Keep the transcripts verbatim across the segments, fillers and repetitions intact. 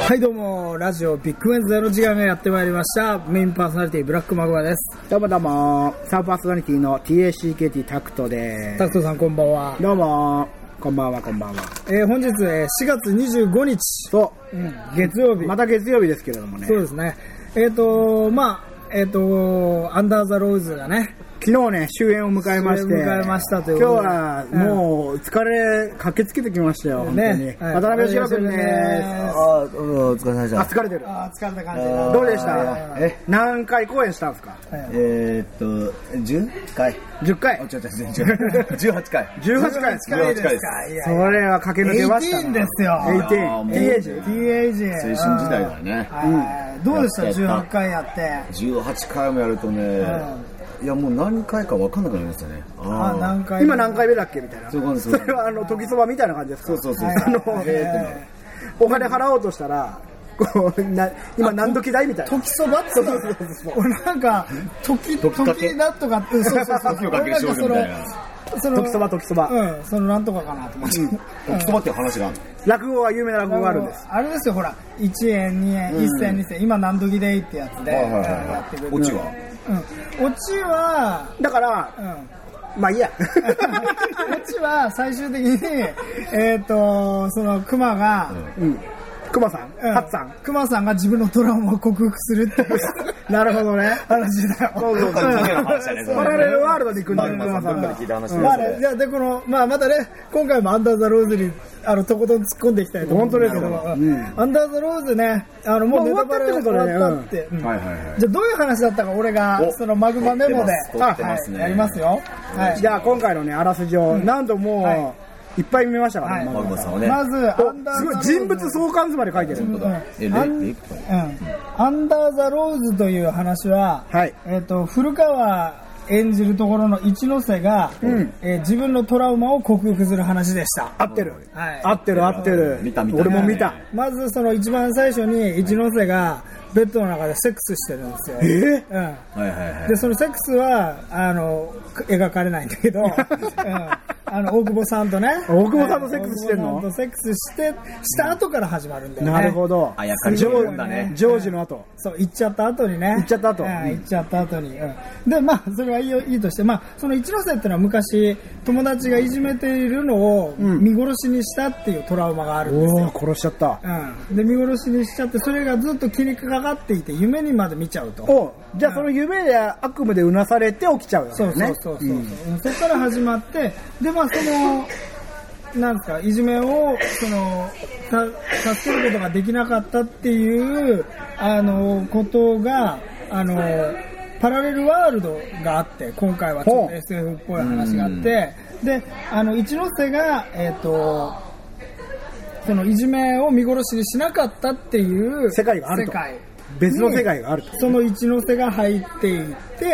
はいどうも、ラジオビッグメンズゼロ時間がやってまいりました。メインパーソナリティブラックマグマです。 どうもどうも、サブパーソナリティの ティーエーシーケーティー タクトです。 タクトさんこんばんは。 どうもこんばんはこんばんは。 えー、本日、えー、しがつにじゅうごにち、 そう、 うん、月曜日。 また月曜日ですけれどもね。 そうですね。えっ、ー、とまあえっ、ー、とアンダーザローズがね。 昨日ね、終演を迎えまして、 迎えましたという今日はもう疲れ駆けつけてきましたよ、本当に。 ね、はい、 渡辺翔君です。 あ、どうもお疲れ様でした。 あ、疲れてる。 あ、疲れた感じだ。 どうでした？え、何回公演したんですか？ えーっと、じゅっかい。 じゅっかい。 あ、違う違う違う。じゅうはちかい。 じゅうはちかいですか？ じゅうはちかいですか？ それは駆け抜けました。 じゅうはちですよ。 じゅうはち。ティーエイジ。 ティーエイジ。 青春時代だよね。 うん。どうでしたじゅうはちかいやって。 じゅうはちかいもやるとね、いやもう何回か分かんなくなりましたね。 あ、何回今何回目だっけみたいな。 そうなんです。 それはあの時そばみたいな感じですか？ そうそうそう。 あのお金払おうとしたら。こうな今何時代みたいな。 時そばってそうそうそう。俺なんか時時だとかそうそうそう。 時をかけ少女みたいな。 その時そば時そば。 うん。そのなんとかかなと思って。 時そばっていう話がある。 落語は有名な落語があるんです。 あれですよほらいちえんにえんいっせんにせん今何時でいいってやつでやってくれる。 オチは？ うん。オチはだから。うん。まあいいや。 オチは最終的にえっとその熊が。 うんクマさん、うん、ハッさんクマさんが自分のトラウマを克服するってなるほどね話だよ。 そうそうそう。パラレルワールドに行くんだよ、クマさんが。 聞いた話です。 まあね、じゃあでこのまあまたね今回もアンダーザローズにあのとことん突っ込んでいきたいと思うんですけど、アンダーザローズねあのもうネタバレ終わったって。じゃあどういう話だったか俺がそのマグマメモでやりますよ。 じゃあ今回のねあらすじをなんともう。いっぱい見ましたからね、 はい、 マグマさんはね。 まずアンダーすごい人物相関図まで書いてる。 アンダーザローズという話は、はい、えっと古川演じるところの一ノ瀬が、うんえー、自分のトラウマを克服する話でした。 合ってる、 はい、 合ってる合ってる。 見た見た。 俺も見た。 まずその一番最初に一ノ瀬がベッドの中でセックスしてるんですよ。 えーうんはいはいはい、でそのセックスはあの描かれないんだけど、うん、あの大久保さんとね大久保さんとセックスしてんの？ 大久保さんとセックスしてした後から始まるんだよね。 なるほど。 あやかりジョージだね。ジョージの後。 そう行っちゃった後にね。 行っちゃった後。 うん、行っちゃった後に。うん、でまあそれはいいよいいとしてまあその一ノ瀬ってのは昔友達がいじめているのを見殺しにしたっていうトラウマがあるんですよ。 おー殺しちゃった。 うん。で見殺しにしちゃってそれがずっと気にかかっていて夢にまで見ちゃうと。 おじゃあその夢で悪夢でうなされて起きちゃうよね。 そうそうそうそう、うん、そこから始まってでまあそのなんですかいじめをそのた助けることができなかったっていうあのことがあのパラレルワールドがあって今回はちょっと エスエフ っぽい話があってであの一ノ瀬がえっとそのいじめを見殺しにしなかったっていう世界があると。別の世界があると。 その一ノ瀬が入っていって、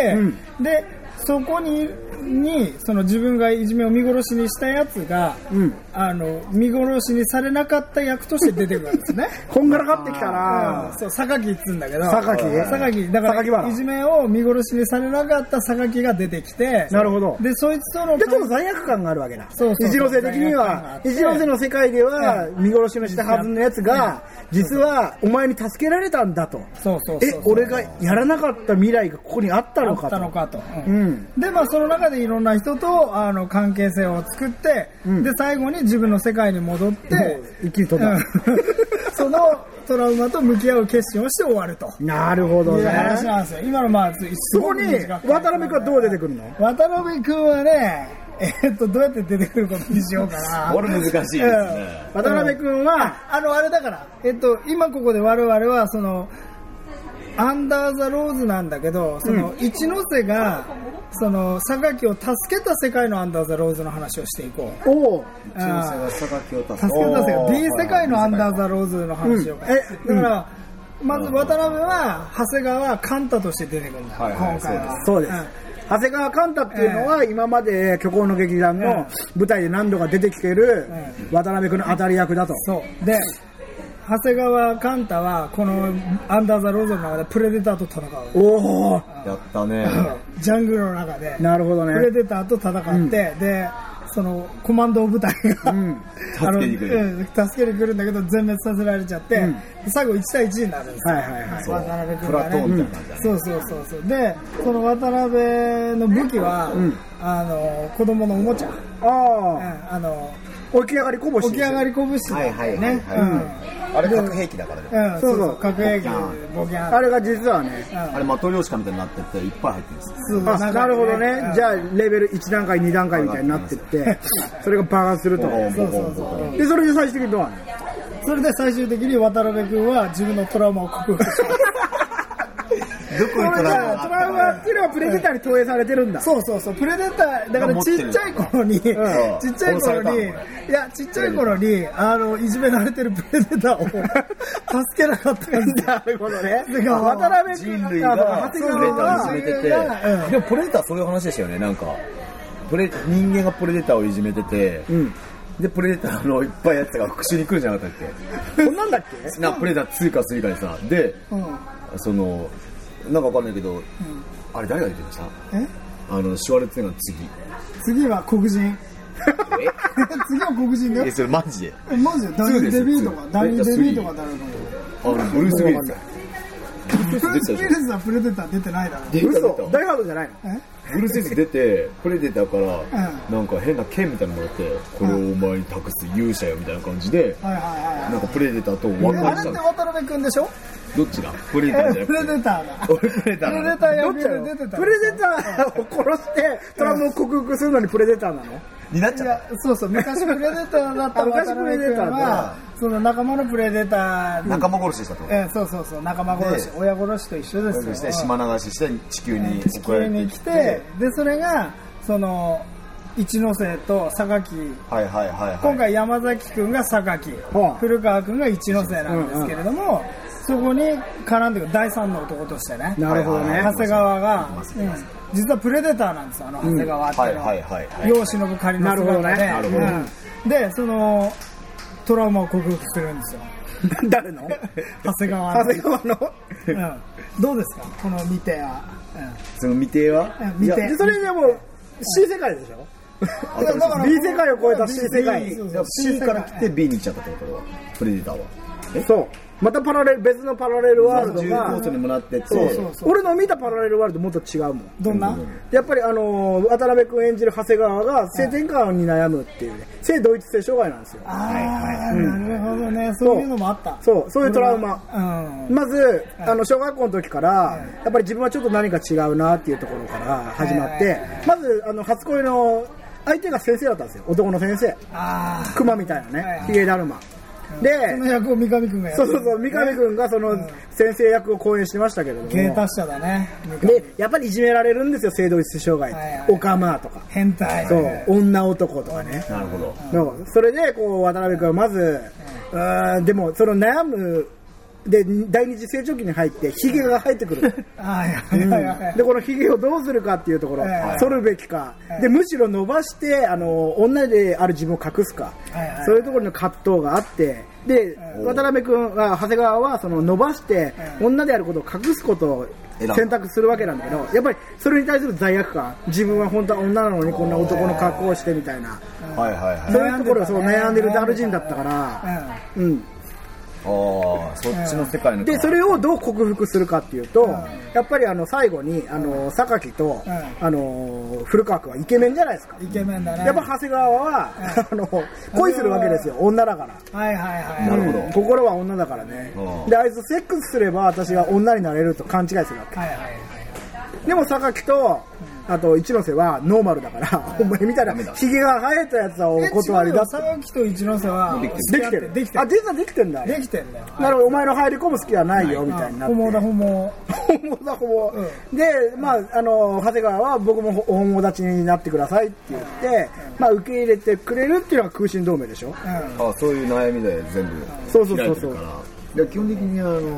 うん、でそこににその自分がいじめを見殺しにしたやつが、うん、あの見殺しにされなかった役として出てくるんですね。 こんがらがってきたな。 そう榊っつうんだけど。 榊。 榊だからいじめを見殺しにされなかった榊が出てきて。 なるほど。 でそいつとの。 でちょっと罪悪感があるわけだ。 そうそう。 一ノ瀬的には一ノ瀬の世界では見殺しにしたはずのやつが実はお前に助けられたんだと。 そうそうそう。 え俺がやらなかった未来がここにあったのかと。 あったのかと。うん。でまあその中でいろんな人とあの関係性を作って、うん、で最後に自分の世界に戻って一気に飛んだ、うん、 そのトラウマと向き合う決心をして終わると。 なるほどね。 いう話なんですよ。今のまあそこに渡辺君はどう出てくるの？ 渡辺君はね、えー、っとどうやって出てくることにしようかな。 これ難しいですね。 うん、 渡辺君は、 うん、あ, あのあれだからえー、っと今ここで我々はそのアンダーザローズなんだけどその、うん、一ノ瀬がその榊を助けた世界のアンダーザローズの話をしていこう。おお。 一ノ瀬が榊を助けた助けた世界 B 世界のアンダーザローズの話を、うん、えだから、うん、まず渡辺は長谷川カンタとして出てくるんだ、はいはい、今回はそうです、うん、長谷川カンタっていうのは、えー、今まで虚構の劇団の舞台で何度か出てきてる、うん、渡辺君の当たり役だと。 そうで長谷川カンタはこのアンダーザローズの中でプレデターと戦う。 おお。 やったね。 ジャングルの中で。 なるほどね。 プレデターと戦って、うん、でそのコマンド部隊が、うん、あの助けに来る、 うん、助けに来るんだけど全滅させられちゃって、うん、最後いちたいいちになるんですよ、はいはいはい、渡辺君がね、うん、そうそうそうそうでその渡辺の武器は、うん、あの子供のおもちゃ、あ、うん、あの起き上がりこぼし、 起き上がりこぼしだよね、はいはいはいはい、うんあれ核兵器だからね、 うん、そうそう核兵器ボキャン、 あれが実はね、うん、 あれマトリョーシカみたいになってていっぱい入ってるんですよ。 あ、なるほどね、うん、じゃあレベルいち段階に段階みたいになってってそれが爆発するとそうそうそうでそれで最終的にどうなの？ それで最終的に渡辺君は自分のトラウマを克服しますどこにトラウマがトラウマっていうのはプレデターに投影されてるんだ。 そうそうそう、プレデターだからちっちゃい頃に、うん、ちっちゃい頃にいやちっちゃい頃にあのいじめられてるプレデターを助けなかったんだ。 なるほどね。渡辺人類が長谷川をいじめてて、うん、でもプレデターそういう話でしたよね。なんかプレ人間がプレデターをいじめてて、うん、でプレデターのいっぱいやつが復讐に来るんじゃなかったっけ？そんなんだっけ？ なプレデター追加追加にさで、うん、そのなんかわかんないけど、うん、あれ誰が出てました？え？あのシュワルツェネッガー次。 次は黒人。え？次は黒人だよ。 え、それマジで？ え、マジで？ダニー・デビーとか、ダニー・デビーとか誰だと思う？あのブルース・ウィリス。 ブルース・ウィリスはプレデター出てないだろ。 嘘？ダイハードじゃないの？え？ ブルース・ウィリス出てプレデターから、うん、なんか変な剣みたいなのもらってこれをお前に託す勇者よみたいな感じで、はいはいはい、なんかプレデターと分かれたの。あれって渡辺君でしょ？ どっちだ？プレデターじゃなくて。 プレデターだ。 俺プレデター。 プレデター役で出てた。 プレデターを殺してトラウマを克服するのにプレデターなの？ になっちゃう。 そうそう、昔プレデターだった昔プレデターはその仲間のプレデター仲間殺ししたと。 えー、そうそうそう、仲間殺し、親殺しと一緒ですよ。 そして島流しして地球に地球に来て、でそれがその一ノ瀬と榊、はいはいはいはい、今回山崎くんが榊、はあ、古川くんが一ノ瀬なんですけれども、うんうん、そこに絡んでくる第三の男としてね、 なるほどね、 長谷川が、うん、実はプレデターなんですよ、あの長谷川っていうのは、世を忍ぶ仮の姿で、なるほどね、うん、でそのトラウマを克服するんですよ。 誰の？ 長谷川の。 長谷川の、 うん、どうですかこの未定は、 うん、その未定は、 うん、未定、それでも C 世界でしょ。だから B 世界を超えた C 世界、 C から来て B に来ちゃったってことはプレデターは。 え、そうまたパラレル別のパラレルワールドが要素にもなってて、 そうそうそう、俺の見たパラレルワールドもっと違うもん。 どんな？ やっぱりあのー、渡辺君演じる長谷川が性転換に悩むっていうね、性同一性障害なんですよ。 ああ、うん、なるほどね、そういうのもあった。 そうそういうトラウマ、うん、まずあの小学校の時からやっぱり自分はちょっと何か違うなっていうところから始まって、まずあの初恋の相手が先生だったんですよ、男の先生、熊みたいなね、ヒゲだるまで、 その役を三上くんがやってる、 そうそうそう、三上くんがその先生役を講演してましたけれども、 芸達者だね。 でやっぱりいじめられるんですよ、性同一性障害、はいはい、オカマとか変態、 そう、女男とかね。 なるほど。 そうそれでこう渡辺くんはまず、うん、うんでもその悩むで第二次成長期に入ってヒゲが生えてくるでこのヒゲをどうするかっていうところ、剃るべきか、でむしろ伸ばしてあの女である自分を隠すか、そういうところの葛藤があって、で渡辺君は長谷川はその伸ばして女であることを隠すことを選択するわけなんだけど、やっぱりそれに対する罪悪感、自分は本当は女なのにこんな男の格好をしてみたいな、そういうところがそう悩んでるダル人だったから、うん、 ああ、そっちの世界の、 でそれをどう克服するかっていうと、うん、やっぱりあの最後にあの榊と、うん、あの古川君はイケメンじゃないですか。 イケメンだね。 やっぱ長谷川は、うん、あの恋するわけですよ、女だから。 はいはいはい。 なるほど。 心は女だからね。であいつセックスすれば私が女になれると勘違いするわけ。はいはいはい。でも榊とあと一ノ瀬はノーマルだから、お前みたいなヒゲが生えたやつはお断りだって。 榊と一ノ瀬はできてる。できてる。あ、実はできてんだ。 できてんだよ。 なるほど、お前の入り込む好きはないよみたいになって。 ホモだホモ。 ホモだホモ。で、まああの長谷川は僕もお友達になってくださいって言って、まあ受け入れてくれるっていうのが空心同盟でしょ。 あ、そういう悩みで全部。 そうそうそうそう。 基本的にあの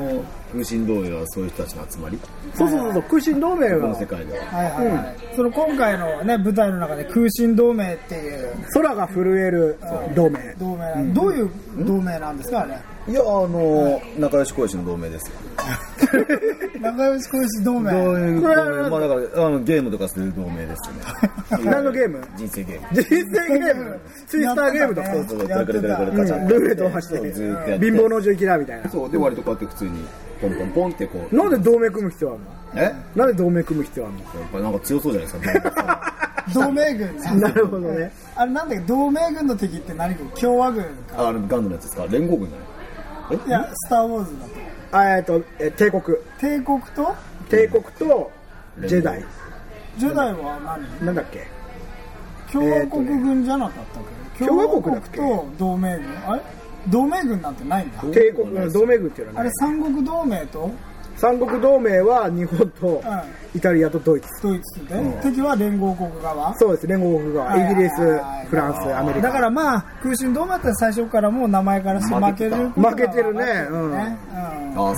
空心同盟はそういう人たちの集まり。 そうそうそう、空心同盟はこの世界では。 はいはいはい。うん、その今回のね舞台の中で空心同盟っていう空が震える同盟。 同盟、うん、どういう同盟なんですかあれ？ いや、あのー、仲良し恋しの同盟ですよ。 仲良し恋し同盟。 同盟、まあだからあのゲームとかする同盟ですよね。 何のゲーム？ 人生ゲーム。 人生ゲーム。ツイスターゲームとか。 そうそうそう。これこれこれこれカチャン。 ルーレットを走ってずっとやって。 貧乏の女行きだみたいな。 そうで割とこうやって普通にポンポンポンってこう。 なんで同盟組む必要あるの？ え？ なんで同盟組む必要あるの？ やっぱなんか強そうじゃないですか。 同盟軍。 なるほどね。 あれなんだっけ同盟軍の敵って何軍？共和軍か。 あのガンダムのやつですか？連合軍じゃない？ いや、スター・ウォーズだと。 あえっと、え帝国。 帝国と帝国とジェダイ。 ジェダイは何？ なんだっけ？ 共和国軍じゃなかったっけ？ 共和国だっけ？ と同盟軍。あれ？同盟軍なんてないんだ。 帝国、同盟軍っていうのはあれ三国同盟と？ 三国同盟は日本とイタリアとドイツ。 ドイツで、うん、敵は連合国側。 そうです、連合国側。イギリス、フランス、アメリカ。 だからまあ空心同盟って最初からもう名前からして負ける。 負けてるね。うんうん、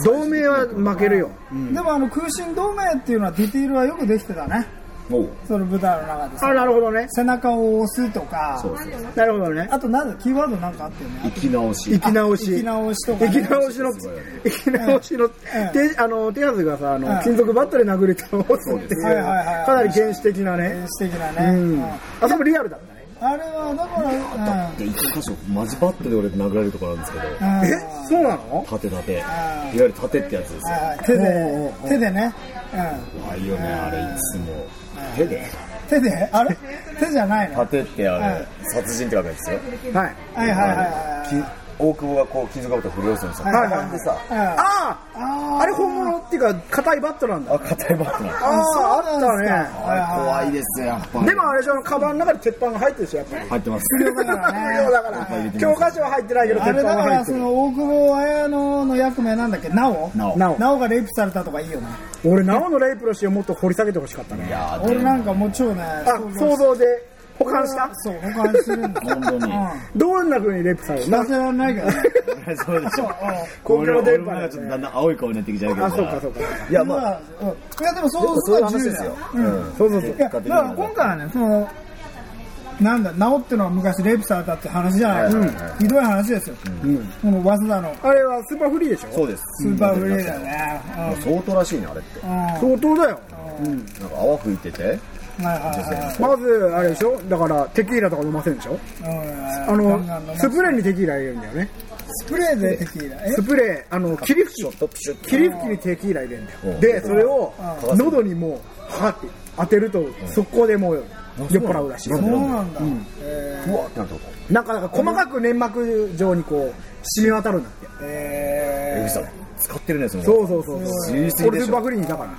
同盟は負けるよ。 うん、でもあの空心同盟っていうのはディティールはよくできてたね。その舞台の中でさ。 あ、なるほどね。 背中を押すとか。 そうそうそう。 なるほどね。 あとなんだキーワードなんかあってるね。 生き直し。 生き直し。 生き直しとか、 ね。生き直しの生き直しの、うん、手あの手はずがさあの、うん、金属バットで殴り倒すっていう、かなり原始的なね。 原始的なね。 うん。あそこリアルだったね。 あれはだから、 だって一箇所マジバットで俺殴られるところなんですけど。 え、そうなの？ 縦縦。いわゆる縦ってやつですよ。 手で手でね。 うん。あいいよねあれいつも手で。 手であれ手じゃないの？ 盾ってあれ、殺人ってわけですよ。 はい。 はいはいはい大久保がこう金属バットを振り下ろすんですよ。 はいはい。でさ、ああ、あれ本物っていうか硬いバットなんだ。 あ、硬いバットなんだ。 ああ、あったね。 あれ怖いですよやっぱり。 でもあれじゃカバンの中に鉄板が入ってるでしょやっぱり。 入ってます。 不良だからね。 不良だから。教科書は入ってないけど鉄板が入ってる。あれだからその大久保綾乃の役名なんだっけ？なお？ なお。 なおがレイプされたとかいいよね。 俺なおのレイプのシーンをもっと掘り下げてほしかったね。 いや俺なんかもう超ね。あ、 想像で。保管した？ そう、保管するんだ。 本当に。 どんな風にレイプされる？ 聞かせられないからね。 そうでしょ。 公共の電波がちょっとだんだん青い顔になってきちゃうけど。 あ、そうかそうか。 いやまあ、 いやでもそうそういう話ですよ。うん。 そうそうそう。 いやだから今回はね、そのなんだ、なおってのは昔レイプされたって話じゃないですか。ひどい話ですよ。この早稲田の。 あれはスーパーフリーでしょ？ そうです。 スーパーフリーだよね。 相当らしいねあれって。 相当だよ。 なんか泡吹いてて。 まずあれでしょ、だからテキーラとか飲ませるんでしょ、あのスプレーにテキーラ入れるんだよね。 スプレーでテキーラ、 スプレー、あの霧吹き霧吹きにテキーラ入れるんだよ。でそれを喉にもうはって当てると速攻でもう酔っ払うらしい。 そうなんだ。 うわってなるとなんか細かく粘膜状にこう染み渡るんだって。 ええ、使ってるねその。 そうそうそう。これスーパーフリーにいたから。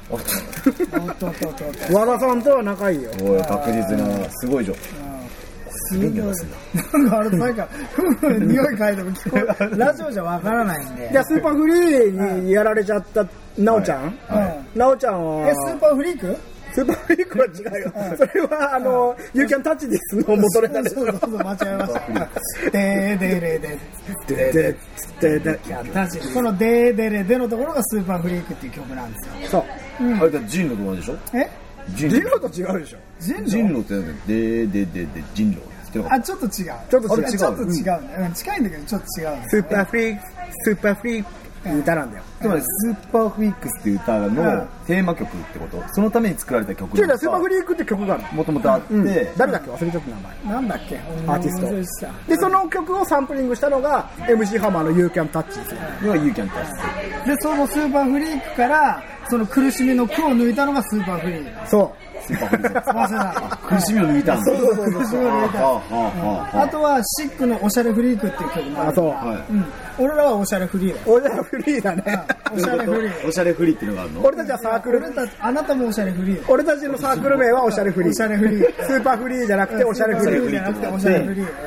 和田さんとは仲いいよ。 おい確実なすごいじゃん。すごい匂いするんだ。なんかあれなんか匂い嗅いでも聞こえラジオじゃわからないんで。 じゃあスーパーフリーにやられちゃったなおちゃん。なおちゃんは。 えスーパーフリーク？ スーパーフリークは違うよ。それはあの You Can Touch This の元ネタです。 そうそうそう間違えました。でーでーれでででででこのでーでーれでのところがスーパーフリークっていう曲なんですよ。 そう。 あれだジンロと同じでしょ？ え？ ジンロと違うでしょ？ ジンロってでーでーでーでジンロ。 あちょっと違う。 ちょっと違う。 ちょっと違うね。近いんだけどちょっと違う。 スーパーフリークスーパーフリーク歌なんだよ。 つまりスーパーフリークスっていう歌のテーマ曲ってこと？そのために作られた曲なんですか？スーパーフリークって曲がある。 もともとあって、 誰だっけ忘れちゃった名前。 なんだっけ？ アーティスト。でその曲をサンプリングしたのが エムシー ハマーの You Can Touch ですよ。 要は You Can Touch。 でそのスーパーフリークからその苦しみの苦を抜いたのがスーパーフリーク。 そう。 苦しみを抜いたんだ。 そうそうそう。苦しみを抜いた。あとはシックのおしゃれフリークっていう曲もある。 あ、そう。 俺らはおしゃれフリーだ。 おしゃれフリーだね。 おしゃれフリー。 おしゃれフリーっていうのがあるの？ 俺たちはサークル。 俺たちあなたもおしゃれフリー。 俺たちのサークル名はおしゃれフリー。 おしゃれフリー。 スーパーフリーじゃなくておしゃれフリー。 じゃなくておしゃれフリー。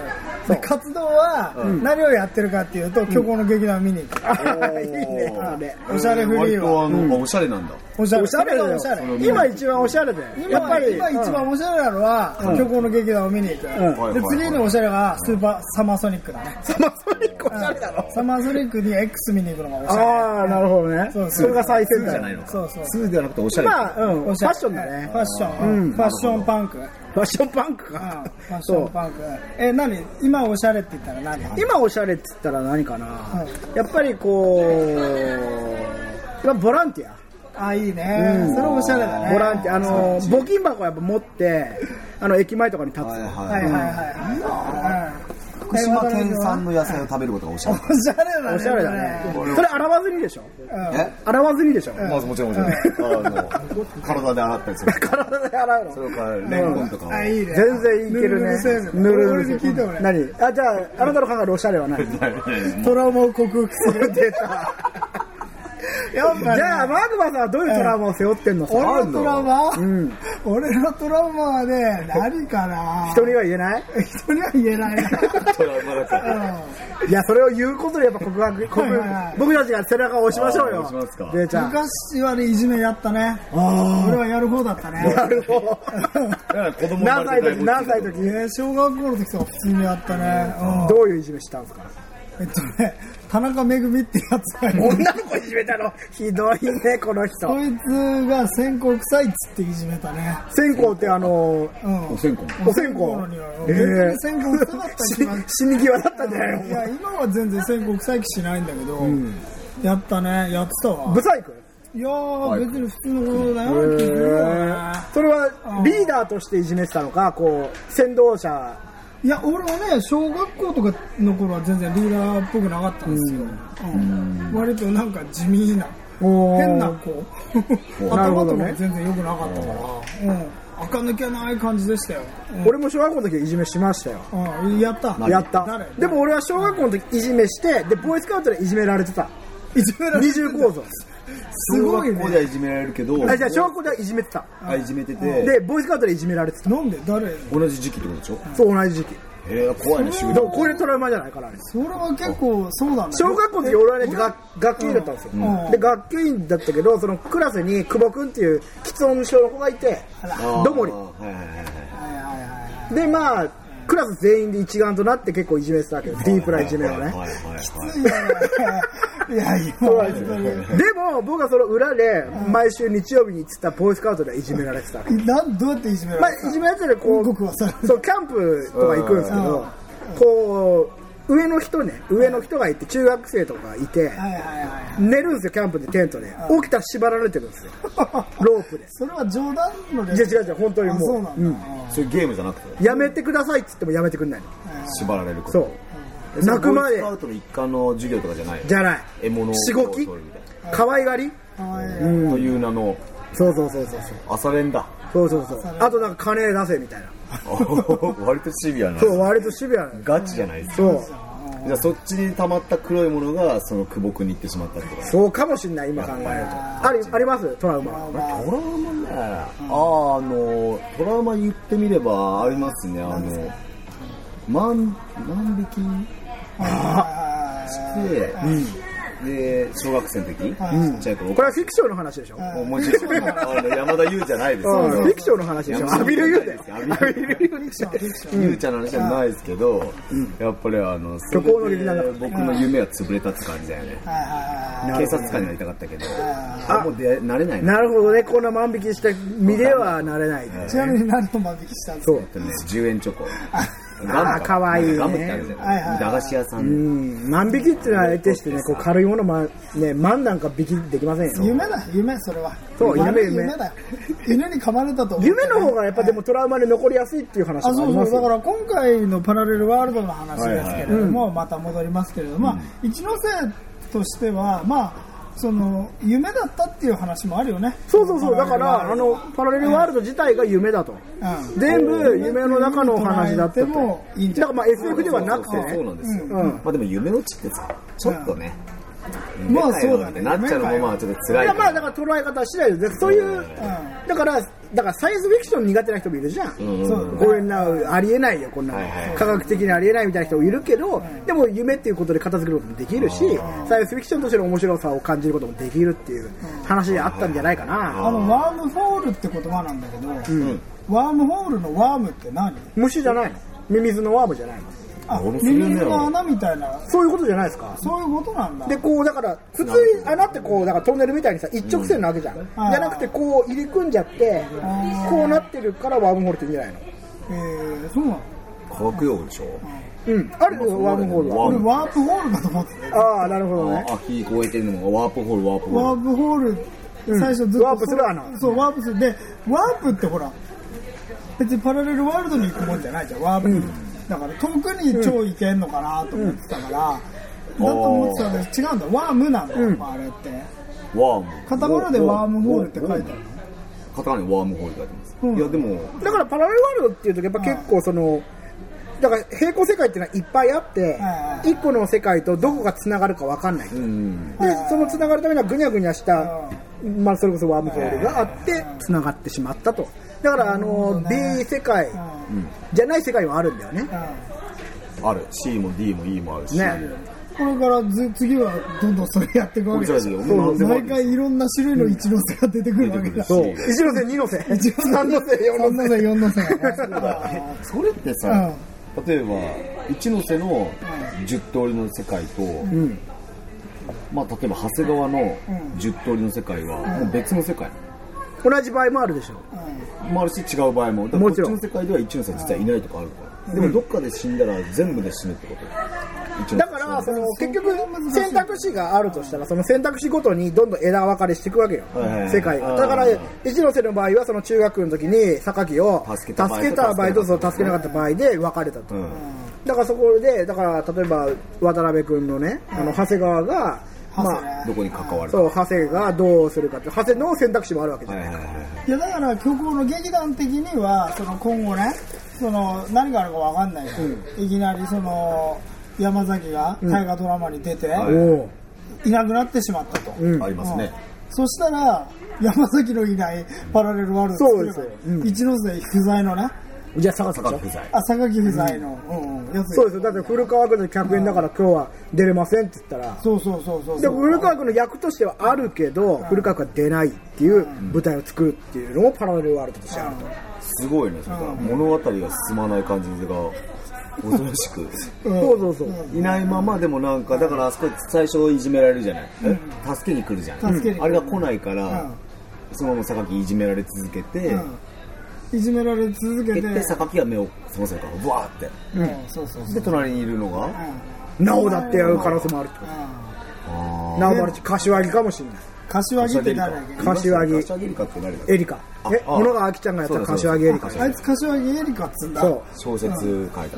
で活動は何をやってるかっていうと、虚構の劇団を見に行く。 いいね、あれ。 おしゃれフリーは。 割とあの、おしゃれなんだ。 おしゃれ。 おしゃれだよ。今一番おしゃれだよ。 やっぱり今一番おしゃれなのは虚構の劇団を見に行く。で次のおしゃれがスーパーサマーソニックだね。 サマーソニックおしゃれだろ。 サマーソニックに X 見に行くのがおしゃれ。 ああ、なるほどね。それが最先端じゃないのか。 そうそう。 ツーではなくておしゃれ。 まあ、うん、ファッションだね。 ファッション。ファッションパンク。 ファッションパンクか。 ファッションパンク。え、何今おしゃれって言ったら何？ 今おしゃれって言ったら何かな。やっぱりこう、ボランティア。 あ、いいね。それおしゃれだね。 ボランティア、あの、募金箱やっぱ持って、あの、駅前とかに立つ。はいはいはい。 福島県産の野菜を食べることがおしゃれ。 おしゃれだね。 おしゃれだね。それ洗わずにでしょ？え？洗わずにでしょ？ まずもちろんもちろん。あの、体で洗ったりする。 体で洗うの？ それからレンコンとかも。 あ、いいね。 全然いけるね。 ぬるぬるに聞いてもね。 何？あ、じゃあ、あなたの考えるおしゃれは何？ トラウマを克服する。 出た。やっぱね、じゃあマグマさんはどういうトラウマを背負ってんの？ 俺のトラウマ、うん、俺のトラウマはね、何かな。 人には言えない？ 人には言えない。 トラウマだから。 いや、それを言うことでやっぱ告白、告白、僕たちが背中を押しましょうよ。 押しますか。 昔はね、いじめやったね。俺はやる方だったね。 やる方。 子供何歳の時？何歳の時？ 小学校の時とか普通にやったね。 どういういじめしたんですか？ えっとね、田中めぐみってやつが女の子いじめたの？ひどいね、この人。 こいつが線香臭いっつっていじめたね。 線香ってあの、 うん、お線香お線香の匂い。えー、線香臭かった気が死に際だったんじゃないの？ いや、今は全然線香臭い気しないんだけど、うん、やったね、やってたわ。 ブサイク？ いやー、別に普通のことだよ、気するよね。 それはリーダーとしていじめてたのか、こう、先導者。 いや、俺はね、小学校とかの頃は全然リーダーっぽくなかったんですよ。うんうん、割となんか地味な、変な子。頭とかも全然良くなかったから、うん、垢抜けない感じでしたよ。 うん、俺も小学校の時いじめしましたよ。 うん、やった。 やった。でも俺は小学校の時いじめして、で、ボーイスカウトでいじめられてた。 いじめられてた。 二重構造。 すごいね。 小学校ではいじめられるけど、 あ、じゃあ小学校ではいじめてた。 あ、いじめてて、 でボーイスカウトでいじめられてた。 なんで？誰？ 同じ時期ってことでしょ？ そう、同じ時期。 へえ、怖いね。 集団これトラウマじゃないからね。 それは結構そうだね。 小学校の時俺はね、学級委員だったんですよ。で学級委員だったけど、そのクラスに久保君っていう喫音症の子がいて、どもり。でまあ。クラス全員で一丸となって結構いじめてたわけど、ディープないじめをね。 きついよね。いや、 でも僕はその裏で毎週日曜日に行ってたボーイスカウトでいじめられてたわけ。 なんどうやっていじめられてた？ まあいじめられてるこう、そうキャンプとか行くんですけど、こう上の人ね、上の人がいて中学生とかいて、寝るんですよキャンプでテントで。起きたら縛られてるんですよ。ロープで。 それは冗談のレス？違う違う本当にもう。 そうなんだ。 そういうゲームじゃなくて。 やめてくださいって言ってもやめてくんないの。 縛られること。 そう。泣くまで。 ボーイスカウトの一環の授業とかじゃない。 じゃない。 獲物をしごき？可愛がり？ という名の。 そうそうそうそう。 朝練だ。 そうそうそう。あとなんか金出せみたいな。 割とシビアな。 そう、割とシビアな。 ガチじゃないですか。 そう。 じゃあそっちに溜まった黒いものがその久保君に行ってしまったってこと。 そうかもしれない、今考えると。あり、ありますトラウマ。 トラウマね。ああ、あの、トラウマ言ってみればありますね。あの、万、万引きして、うんで小学生の時、ちっちゃい頃。 これはフィクションの話でしょ。 もちろん山田優じゃないです。 フィクションの話でしょ。アビルユーで。 アビルユー。優ちゃんの話じゃないですけど、やっぱりあの虚構の劇団だ。 僕の夢は潰れたって感じだよね。警察官になりたかったけど、あもうでなれない。 なるほどね。こんな万引きした身ではなれない。 ちなみに何の万引きしたんですか。 そうね。じゅうえんチョコ。 ああ、かわいいね。 ガムってあるじゃない。駄菓子屋さん。 うん。万引きっていうのは得てしてね、こう軽いものまね、万なんか引きできませんよ。 夢だ、夢それは。 そう、夢夢だよ。犬に噛まれたと。 夢の方がやっぱでもトラウマで残りやすいっていう話もありますよ。 あ、そうそう。だから今回のパラレルワールドの話ですけれども、また戻りますけれども、まあ一ノ瀬としてはまあ。その夢だったっていう話もあるよね。 そうそうそう。だからあのパラレルワールド自体が夢だと、うん、全部夢の中の話だったと。だからまあ エスエフ ではなくてね。 そうなんですよ、うん、まあでも夢落ちってさちょっとね、 うん、まあそうだね。 なっちゃうのもまあちょっと辛い。いやまあだから捉え方次第でそういう、うん、だからだからサイエンスフィクション苦手な人もいるじゃん、うん、そうこういうなありえないよこんな、はいはい、科学的にありえないみたいな人もいるけど、うん、でも夢っていうことで片付けることもできるし、サイエンスフィクションとしての面白さを感じることもできるっていう話あったんじゃないかな。 あのワームホールって言葉なんだけど、うん、ワームホールのワームって何？ 虫じゃないの？ミミズのワームじゃないの？ あ、ミミズの穴みたいな、 そういうことじゃないですか。 そういうことなんだ。 でこうだから普通穴ってこうだからトンネルみたいにさ一直線なわけじゃん、うん、じゃなくてこう入り組んじゃってこうなってるからワームホールって言うんじゃないの？ えー、そうなの？ 科学用語でしょ。 うん、あるよワームホールは。 俺ワープホールだと思ってた。 ああなるほどね。 あ、聞こえてるのがワープホールワープホール。 ワープホール、うん、最初ずっとワープする穴。 そうワープするでワープってほら別にパラレルワールドに行くもんじゃないじゃんワープ、うん、だから遠くに超行けんのかなと思ってたから、うん、だと思ってたんで違うんだワームなんだよ、うん、あれってワームカタカナでワームホールって書いてあるの？ カタカナでワームホールって書いてます、うん、いやでもだからパラレルワールドっていうとやっぱ結構そのだから平行世界っていうのはいっぱいあって一個の世界とどこがつながるか分かんない、うん、でそのつながるためにはぐにゃぐにゃした、まあ、それこそワームホールがあってつながってしまったと。だからあの B 世界じゃない世界はあるんだよね。 ある C も D も E もあるし、ね、 これからず次はどんどんそれやっていくわけですよ。毎回いろんな種類の一ノ瀬が出てくるわけだ。 そう一ノ瀬二ノ瀬三ノ瀬四ノ瀬四ノ瀬。 それってさ、例えば一ノ瀬のじゅう通りの世界と、うん、まあ例えば長谷川のじゅう通りの世界はもう別の世界。 同じ場合もあるでしょ。 うん、もあるし違う場合も。だからこっちの世界では一ノ瀬実はいないとかあるから。うん、でもどっかで死んだら全部で死ぬってこと。 だからその結局選択肢があるとしたらその選択肢ごとにどんどん枝分かれしていくわけよ、世界が。だから一ノ瀬の場合はその中学の時に榊を助けた場合と助けなかった場合で分かれたと。うん、だからそこでだから例えば渡辺君のねあの長谷川がまあ、 どこに関わるか。 そう、長谷がどうするかって、長谷の選択肢もあるわけじゃないですか。 いや、だから、虚構の劇団的には、その今後ね、その、何があるかわかんないから、うん、いきなりその、山崎が大河ドラマに出て、うん、いなくなってしまったと。 うん、ありますね。 そしたら、山崎のいないパラレルワールドを作れば、うん、一ノ瀬不在のね、 じゃあ榊不在。あ、榊不在の、うんうん、やつ。 そうですよ。だって古川区の客演だから今日は出れませんって言ったら。 そうそうそうそう。 で古川区の役としてはあるけど、古川区は出ないっていう舞台を作るっていうのもパラレルワールドとしてあると。 すごいね。それから物語が進まない感じが恐ろしく。 そうそうそう。 いないままでもなんかだからあそこ最初いじめられるじゃない。助けに来るじゃん。あれが来ないから、そのまま榊いじめられ続けて。 いじめられ続けてで榊が目を覚ませるからブワーって、うん、そうそうそうで隣にいるのがなおだってやる可能性もあるってことなおもあるし柏木かもしれない柏木って誰だっけ柏木柏木エリカって誰だっけエリカえ小野川あきちゃんがやった柏木エリカあいつ柏木エリカっつんだそう小説書いた、うん、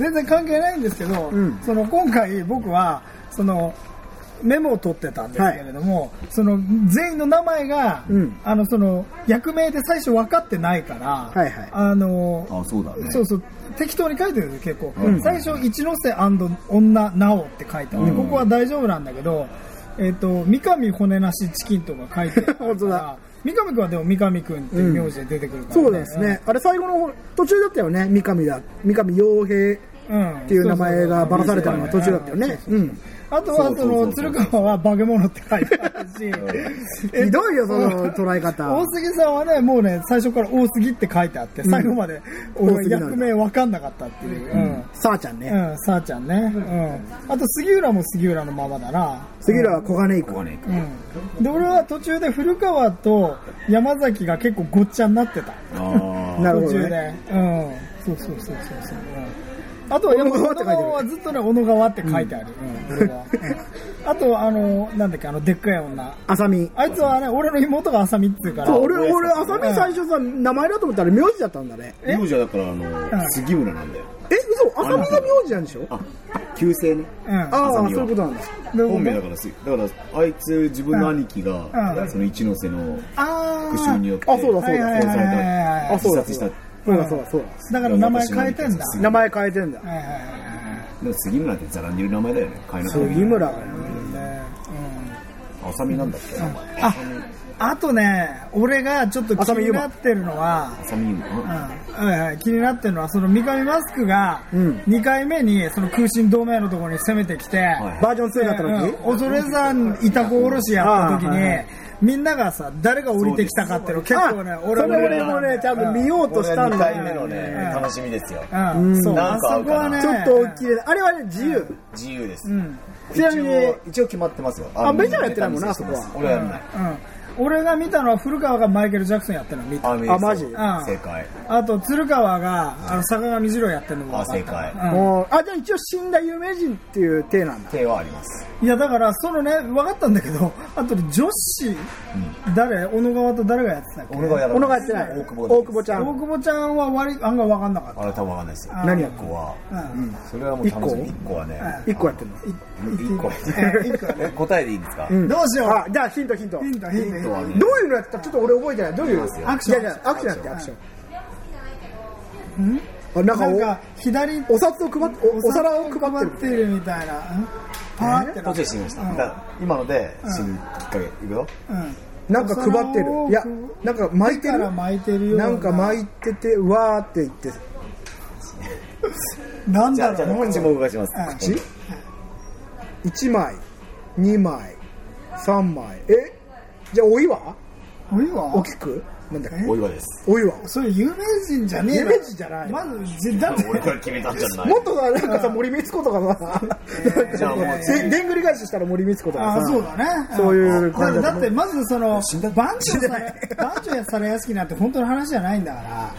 全然関係ないんですけど、うん、その今回僕はそのメモを取ってたんですけれども、はい、その全員の名前が、うん、あのその役名で最初分かってないから、はいはい、あのあそうだね、 そうそう適当に書いてるんですよ結構、うん、最初一ノ瀬女なおって書いてあって、うん、ここは大丈夫なんだけど、えっ、ー、と三上骨なしチキンとか書いてある本当だ三上くんはでも三上くんっていう名字で出てくるから、ねうん、そうですね、あれ最後の途中だったよね三上だ三上洋平っていう名前がばらされたのが途中だったよね、うん、 あとはその鶴川は化け物って書いてあるしひどいよその捉え方大杉さんはねもうね最初から大杉って書いてあって最後まで俺役名分かんなかったっていうさあちゃんねうんさあちゃんねうんあと杉浦も杉浦のままだな杉浦は小金井くんで俺は途中で古川と山崎が結構ごっちゃになってたなるほどねうんそうそうそうそうそうあとは山川はずっとね小野川って書いてある、うんうん、俺は、うん、あとあのなんだっけあのでっかい女あさみあいつはね俺の妹があさみって言うからそう俺俺あさみ最初さ名前だと思ったら名字だったんだね名字だからあの、うん、杉村なんだよえ嘘あさみが名字なんでしょあ旧姓ね、 うん、ああそういうことなんだ本名だからだからあいつ自分の兄貴が、うん、その一ノ瀬の復讐によってあそうだそうだ殺された自殺したそうだそうだそうだだから名前変えてんだ名前変えてんだでも杉村ってザラにいる名前だよね杉村がねあさみなんだっけ名前ああとね、俺がちょっと気になってるのは、 浅見ゆま、 うんはいはい、気になってるのはその三上マスクがにかいめにその空心同盟のところに攻めてきて、はい、 バージョンツーになった時、 うん、恐山いたこおろしやった時に、はいはい、みんながさ誰が降りてきたかっていうの結構ね、 俺も俺もね多分見ようとしたんだよね。 にかいめのね、楽しみですよ。 うん、そう、あそこはねちょっと大きい。あれはね自由、 自由です。 うん、 ちなみに一応決まってますよ。 あ、ベジャーやってないもんな、そこは。 俺はやらない。 うん。俺が見たのは古川がマイケル・ジャクソンやってるの見た。 あ、マジ、うん、 正解。 あと鶴川があの坂上二郎やってるのもあ、正解。 うん、 あ、じゃあ一応死んだ有名人っていう体なんだ。 体はあります。 いやだからそのね分かったんだけど、あとで女子、うん、誰小野川と誰がやってたっけ？ 小野川や小野川やってない。大久保大久保ちゃん。 大久保ちゃんは割案外分かんなかった。 あれ多分分かんないですよ。 何やっこは、 うん、 それはもう楽しみ。いっこはね、 いっこやってるの。 いっこ。答えでいいんですか？ どうしよう。 あ、じゃあヒントヒント。 ヒントヒントはどういうのやったちょっと俺覚えてない。どういうアクション？ いやいやアクションやってアクション。 ん？ あ、なんかなんか左お札を配って お, お皿を配ってるみたいな。 パーって途中で死にました。うん、だ今ので死ぬきっかけいくよ。 うん。 なんか配ってる。いや、なんか巻いてる。 巻いてるような。 なんか巻いててうわーって言って。 なんだろう。 じゃあ口も動かします。 口？一枚、二枚、三枚。え？じゃあお岩？ お岩？ 大きく？なんだっけ？ お岩です。 お岩。 それ有名人じゃねえ有名人じゃない。 まずだって俺が決めたんじゃない。 もっとさなんかさ森光子とかさ、じゃあもうでんぐり返ししたら森光子とかさ。 あ、そうだね。 そういう感じだってまずその番長さ番長や皿屋敷なんて本当の話じゃないんだから。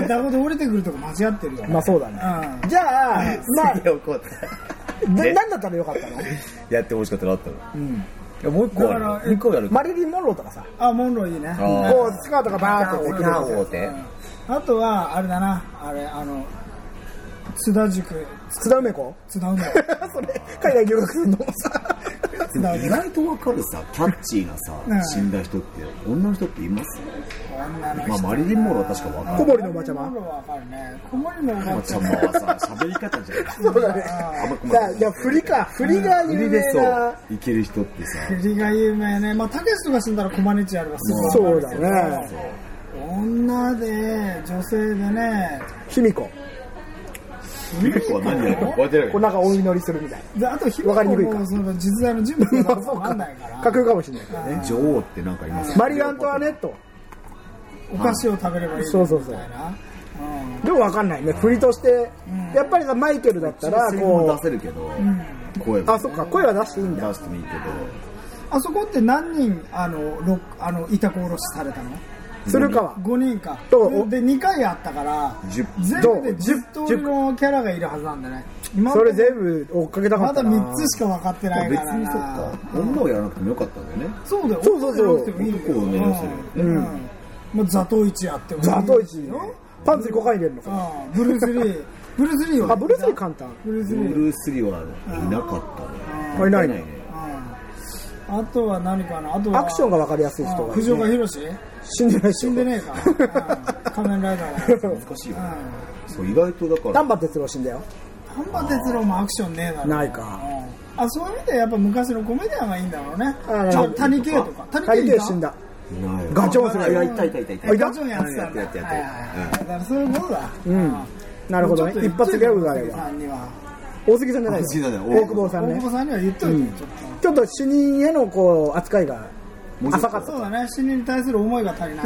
だこで降りてくるとこ間違ってるよ。 まあそうだね。じゃあまあ何だったらよかったの？ やってほしかったなったの。 うん。 いやもう一個ある。もう一個やる。 マリリン・モンローとかさ。 あ、モンローいいね。 こうスカートがバーッと沖縄大手。 あとはあれだな、あれあの津田塾。 津田梅子？ 津田梅子。 それ海外留学するのもさ。 意外とわかるさ、キャッチーなさ、死んだ人って女の人っています？ 女の人。 まあマリリン・モンローは確かわかる。 小森のおばちゃま。 小森のわかるね。小森のおばちゃまはさ、喋り方じゃない。 そうだね。じゃあじゃあ振りか、振りが有名な。 いける人ってさ。 振りが有名ね。まあたけしとか死んだらコマネチあればすぐそうだね。 女で女性でね。 卑弥呼。 卑弥呼は何やるか覚えてない。 こうなんかお祈りするみたいな。 であと卑弥呼もその実在の人物がわかんないから。 架空かもしれないけどね。 女王ってなんかいます。 マリー・アントワネット。 お菓子を食べればいいみたいな。 そうそうそう。でもわかんないね。振りとしてやっぱりさマイケルだったらこう出せるけど声あそっか声は出していいんだ。 出してもいいけど。 あそこって何人あのロあの委託下ろしされたの？ 鶴川ごにんかとでにかいあったから全部でじゅっ通りのキャラがいるはずなんだね。 それ全部追っかけたかったな。 まだみっつしか分かってないからな。 別にそっか女をやらなくてもよかったんだよね。 そうだよ。 そうそうそう。 男をね寄せる。 うん。もうザトウイチやってもザトウイチよ。パンツにごかい入れるのか。 ブルース・リーブルース・リーはあブルース・リー簡単。 ブルース・リーはいなかったね。いないね。 あとは何かな。あとはアクションが分かりやすい人が。 藤岡弘死んでないし。 死んでねえか。仮面ライダーは難しいよね。そう意外とだから丹波哲郎死んだよ。 丹波哲郎もアクションねえだろ。 ないか。 あ、そういう意味でやっぱ昔のコメディアンがいいんだろうね。谷圭とか。 谷圭死んだ。ガチョンする。 いたいたいたいた。 ガチョンやってたんだ。 やってやってやって。 だからそういうことだ。 うん。なるほどね。一発ギャグがあれば。大杉さんじゃないよ。大久保さんね。 大久保さんには言っといて。 ちょっと死人へのこう扱いが浅かった。 そうだね。死人に対する思いが足りない。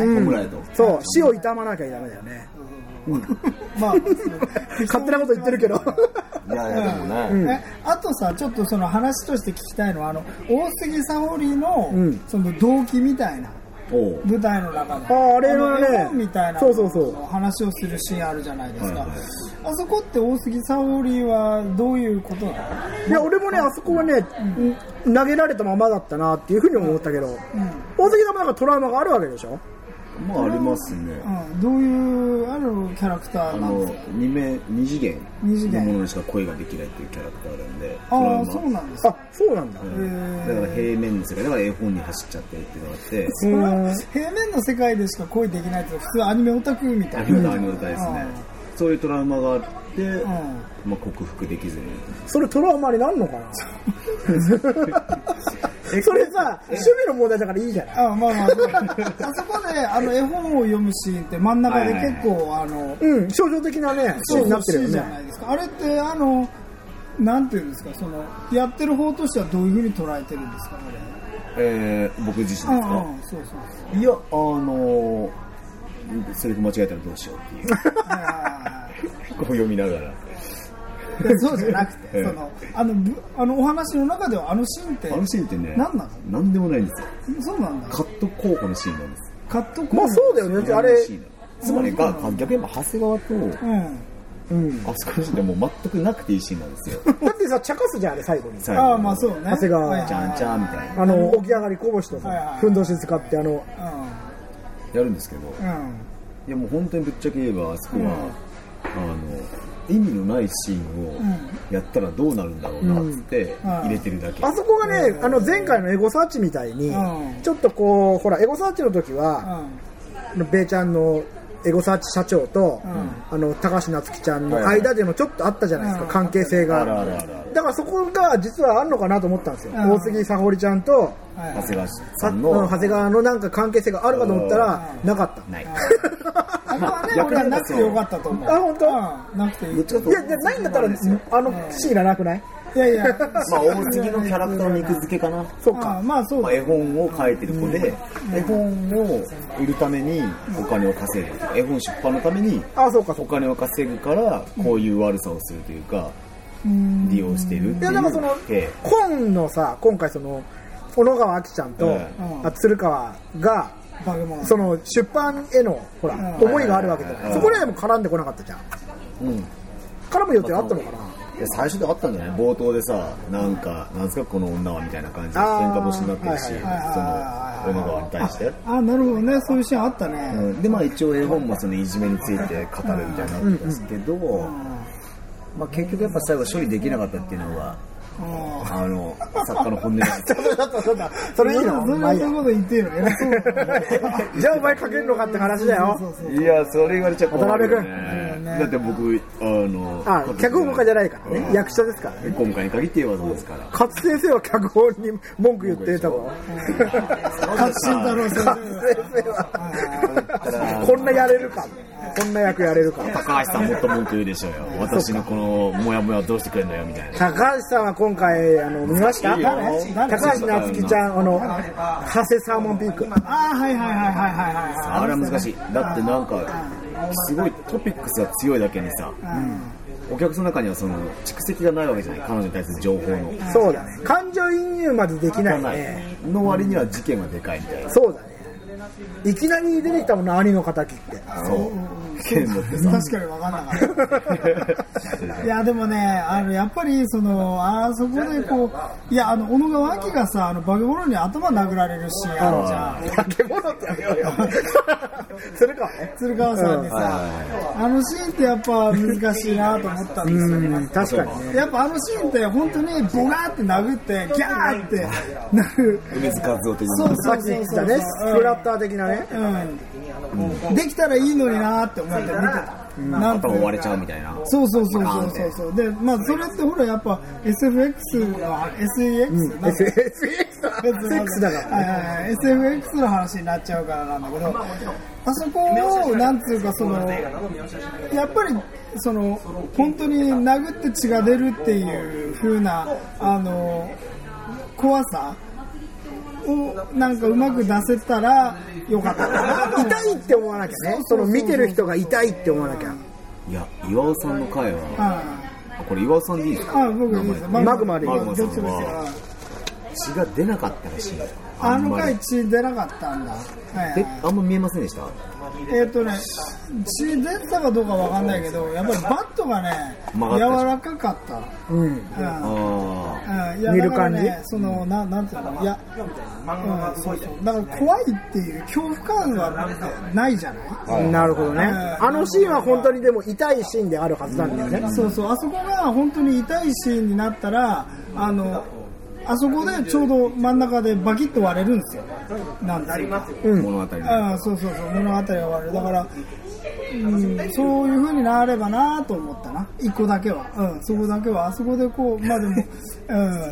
そう。死を悼まなきゃダメだよね。 まあ勝手なこと言ってるけど。 いやいやでもね。 あとさちょっとその話として聞きたいのはあの大杉沙織のその動機みたいな。舞台の中でああれはね絵本みたいなそうそうそう話をするシーンあるじゃないですか、はいはい、あそこって大杉沙織はどういうことなの？ いや俺もねあそこはね、うん、投げられたままだったなっていうふうに思ったけど、うん、大杉さんもなんかトラウマがあるわけでしょ？ まあありますね、 うん、どういうあるキャラクターなんですか？ あの二面二次元のものにしか声ができないっていうキャラクターなんでああそうなんですか。 あそうなんだ、 うん、だから平面の世界だから絵本に走っちゃってるっていうのがあってそれは平面の世界でしか声できないって普通アニメオタクみたいなアニメオタですね。そういうトラウマがあって、うんまあ、克服できずにそれトラウマになるのかなそれさ趣味の問題だからいいじゃない。 あまあまあそうあそこであの絵本を読むシーンって真ん中で結構あのうん象徴的なねシーンになってるよね。 じゃないですか。あれってあのなんていうんですかそのやってる方としてはどういうふうに捉えてるんですかあれ。 えー、僕自身ですか。うんうん、そうそういやあのー、セリフ間違えたらどうしようっていうこう読みながらそうじゃなくて、そのあのあのお話の中ではあのシーンってあのシーンってね何なの？ 何でもないんですよ。 そうなんだ。 カット候補のシーンなんです。 カット候補。 まあそうだよね。あれつまりが逆に言えば長谷川と、うんうん、あそこのシーンでもう全くなくていいシーンなんですよ。 だってさ茶化すじゃんあれ最後に。 ああまあそうね。 長谷川ちゃんちゃんみたいな。 あの起き上がりこぼしとさふんどし使ってあの、うん、 やるんですけど、うん、いやもう本当にぶっちゃけ言えばあそこは、うん、あの意味のないシーンをやったらどうなるんだろうなっつって入れてるだけ、 うん、あそこがねあの前回のエゴサーチみたいに、うん、ちょっとこうほらエゴサーチの時は、うん、ベイちゃんのエゴサーチ社長と、うん、あの高橋夏樹ちゃんの間でもちょっとあったじゃないですか、うん、関係性が、うん、だからそこが実はあるのかなと思ったんですよ、うん、大杉沙織ちゃんと長谷川さんの長谷川のなんか関係性があるかと思ったらなかった。 ないあれはね、俺はなくてよかったと思う。 あ、本当？ うん、なくていい。いや、じゃないんだったら、あのシーンがなくない？ いやいや、 まあ大杉のキャラクターの肉付けかな。 そうか。 まあそう。 まあ、絵本を描いてる子で、うん、絵本を売るためにお金を稼ぐ。絵本出版のためにお金を稼ぐからこういう悪さをするというか、うん、利用してるっていう。いやでもその本のさ、今回その小野川明ちゃんと、うん、鶴川がその出版へのほら、うん、思いがあるわけじゃない、うん、そこでも絡んでこなかったじゃん、うん、絡む予定あったのかな。 いや最初であったんじゃない。冒頭でさなんかなんですかこの女はみたいな感じで喧嘩腰になってるし、その小野川に対してあ, あなるほどねそういうシーンあったね、 うん、でまあ一応絵本もそのいじめについて語るみたいになってるんですけど、うんうん、まあ結局やっぱ最後処理できなかったっていうのはあの作家の本音です。 それいいの？ それはそういうこと言ってるの。 じゃあお前書けるのかって話だよ。 いやそれ言われちゃ困るよね。だって僕あのあ脚本家じゃないからね、役者ですからね。 今回に限って言えばそうですから。 勝先生は脚本に文句言ってたぞ。 勝慎太郎先生はこんなやれるか。こんな役やれるか。 高橋さんもっと文句言うでしょうよ。私のこのモヤモヤどうしてくれんだよみたいな。 高橋さんは今回あの見ました？高橋夏樹ちゃんあの長谷サーモンピーク。 ああはいはいはいはいはいはい。 あれは難しい。だってなんかすごいトピックスが強いだけにさ。うん、お客さんの中にはその蓄積がないわけじゃない。彼女に対する情報の。 そうだね。感情移入までできないね。 の割には事件がでかいみたいな。 そうだね。いきなり出てきたもんな兄の敵って。 そう。剣持ってさ。 確かに分かんなかった。いやでもねあのやっぱりそのあそこでこういやあの小野川明がさあの化け物に頭殴られるシーンあるじゃん。 化け物ってやめようよ。鶴川ね。 鶴川さんにさ、うん、あのシーンってやっぱ難しいなと思ったんですよね。 確かにね。 やっぱあのシーンって本当にボガーって殴ってギャーってなる。 梅津和夫的な。 そうそうそうそうね。フラッター的なね。 うん。できたらいいのになって思って見てた。 なんと終われちゃうみたいな。 そうそうそうそうそうそう。で、まあそれってほらやっぱ エスエフエックス の エスイーエックス、 うん、エスエフエックス だから、 はいはい、エスエフエックス の話になっちゃうからなんだけど、あそこをなんつうかそのやっぱりその本当に殴って血が出るっていう風なあの怖さ。なんかうまく出せたらよかったかな。 痛いって思わなきゃね。その見てる人が痛いって思わなきゃ。 いや岩尾さんの回は、うん、これ岩尾さんでいいですか？ あ僕いいです。 マグマでいい。 マグマさんは血が出なかったらしい。 あの回血出なかったんだ。 はいはい、えあんま見えませんでした？ えっとね血出たかどうかわかんないけどやっぱりバットがね柔らかかった。うん。うん、ああ。いや見る感じ。そのななんていうのいや、うん、そうそう。だから怖いっていう恐怖感はなんかないじゃない。 なるほどね。あのシーンは本当にでも痛いシーンであるはずなんだよね。 そうそう。あそこが本当に痛いシーンになったらあの。あそこでちょうど真ん中でバキッと割れるんですよ。なんていうか、 うん、物語。 ああ、そうそうそう、物語が割れる。だからうん、そういう風になればなと思ったな、一個だけは、うん、そこだけはあそこでこう、まあでも、うん、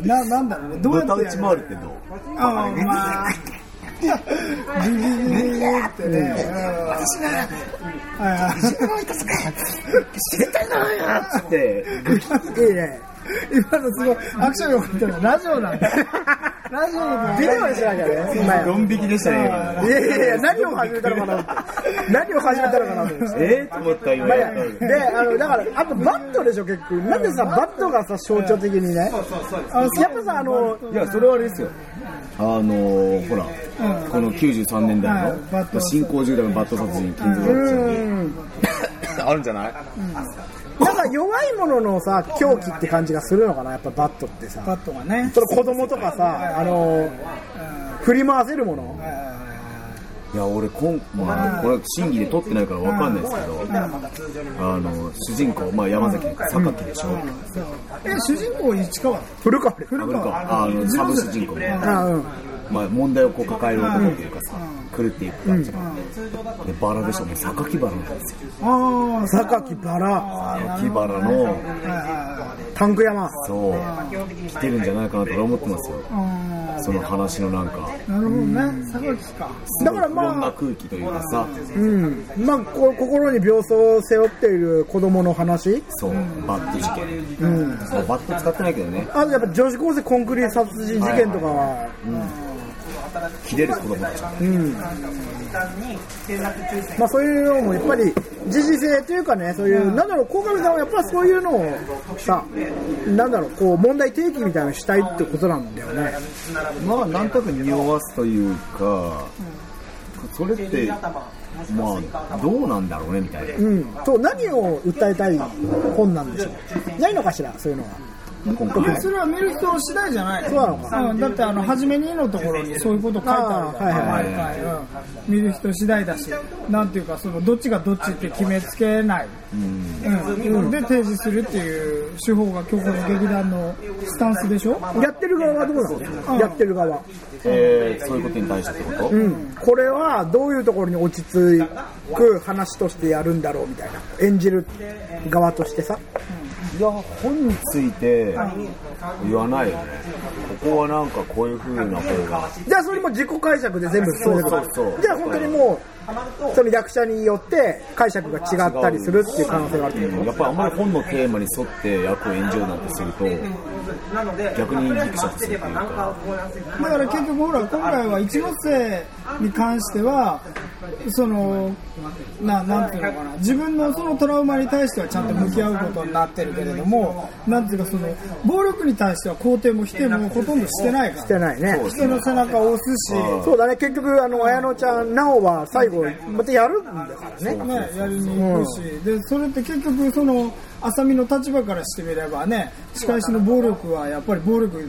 ななんだろうね、どうやってやる。 豚打ち回るってどう？ ああ、まあ。ビビビビってね、私が後ろの人とか知りたいなよって、 いいね。 今のすごいアクションよかったのラジオなんだ。ラジオのビデオにしなきゃね。 ドン引きでしたね。いやいやいや、何を始めたのかな。何を始めたのかなと思って。 えーと思った今。 で、あのだからあとバットでしょ結局。なんでさバットがさ象徴的にね。やっぱさあのいやそれはあれですよ。あのー、ほら、うん、このきゅうじゅうさんねんだいの、はい、進行中代のバット殺人金属バットあるんじゃない？うん、 なんか弱いもののさ狂気って感じがするのかなやっぱバットってさ。 バットがね。 その子供とかさあのー、振り回せるもの。 いや俺こん、まあ、これ審議で撮ってないから分かんないですけど、あの主人公、まあ、山崎の榊でしょ、うんうん、 え主人公市川古川古川あのサブ主人公ね、まあ、問題をこう抱える男っていうかさ、うん、狂っていく感じ、うん、でバラでしょ、もう榊原なんですよ。 ああ榊原榊原のタンク山そう来てるんじゃないかなと俺は思ってますよ、その話のなんか。 なるほどね、榊か。 だからまあいろんな空気というかさ、 うん、まあこ心に病巣を背負っている子供の話。 そう、バット事件。うん、そうバット使ってないけどね。 あとやっぱ女子高生コンクリ殺人事件とかは、はいはいはい、 うん、切れる子供たち。うん。 まあそういうのもやっぱり時事性というかね、そういう、うん、なんだろう、鴻上さんはやっぱりそういうのをさ、なんだろう、こう問題提起みたいなのしたいってことなんだよね。 まあなんとなく匂わすというか、うん、それってまあどうなんだろうねみたいな。 うん。そう何を訴えたい本なんでしょう。ないのかしらそういうのは。 それは見る人次第じゃない。 そうなのか、 うん、だってあの初めにのところにそういうこと書いてあるから、はいはいはいはい、うん、見る人次第だし、なんていうかそのどっちがどっちって決めつけない、うんうん、で提示するっていう手法が今日の劇団のスタンスでしょ。 やってる側はどうなの、うん、やってる側、 えー、そういうことに対してってこと、 うん、これはどういうところに落ち着く話としてやるんだろうみたいな、演じる側としてさ、 いや本について言わないよね。ここはなんかこういう風な方が、 じゃあそれも自己解釈で全部そうそうそう、 じゃあ本当にもうその役者によって解釈が違ったりするっていう可能性があるってこと。 やっぱりあんまり本のテーマに沿って役を演じようなんてすると逆にギクシャクするというか、 だから結局ほら今回は一ノ瀬に関してはそのななんていうのかな、自分のそのトラウマに対してはちゃんと向き合うことになってるけれども、なんていうかその暴力に対しては肯定も否定もほとんどしてないから、 してないね。 人の背中を押すし、 そうだね。結局あの綾乃ちゃんなおは最後またやるんだからね。 ね、やりに行くし、うん、でそれって結局その浅見の立場からしてみればね、仕返しの暴力はやっぱり暴力、うん、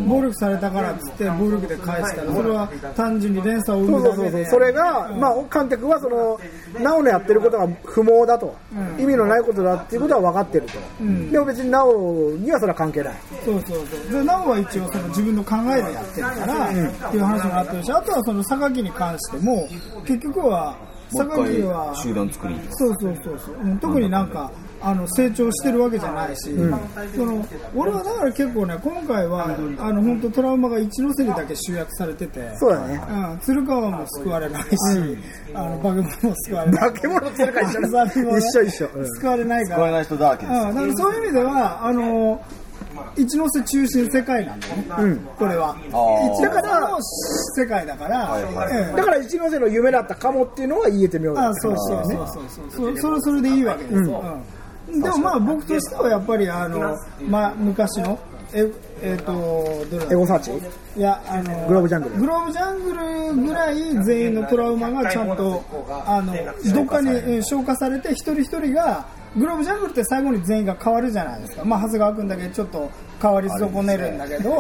暴力されたからっつって暴力で返したらそれは単純に連鎖を生むだけで、そうそうそう、 それが、うん、まあ観客はそのなおのやってることが不毛だと、うん、意味のないことだっていうことは分かってると、うん、でも別になおにはそれは関係ない。 そうそうそう。でなおは一応その自分の考えでやってるから、うん、っていう話もあってるし、あとはその榊に関しても結局は榊は集団作り、 そうそうそうそう、特になんかあの成長してるわけじゃないし、うん、その俺はだから結構ね今回はあの本当トラウマが一ノ瀬にだけ集約されてて、 そうだね、 うん、鶴川も救われないし、うん、あの化け物も救われない、 化け物鶴川一緒、ね、一緒一緒、 うん、救われないから、 救われない人だらけです、 うん、だからそういう意味ではあの一ノ瀬中心世界なんだね、うん、これは一ノ瀬の世界だから、はいはいうん、だから一ノ瀬の夢だったかもっていうのは言えてみようだ、 あ、そうそうそうそうそう、それそれでいいわけですよ、うんうん、でもまあ僕としてはやっぱりあの、まあ、昔のええー、とどれだエゴサーチ、 いやあのグローブジャングルグローブジャングルぐらい全員のトラウマがちゃんとあのどっかに消化されて一人一人がグローブジャングルって最後に全員が変わるじゃないですか、まあ、長谷川君だけちょっと変わり損ねるんだけど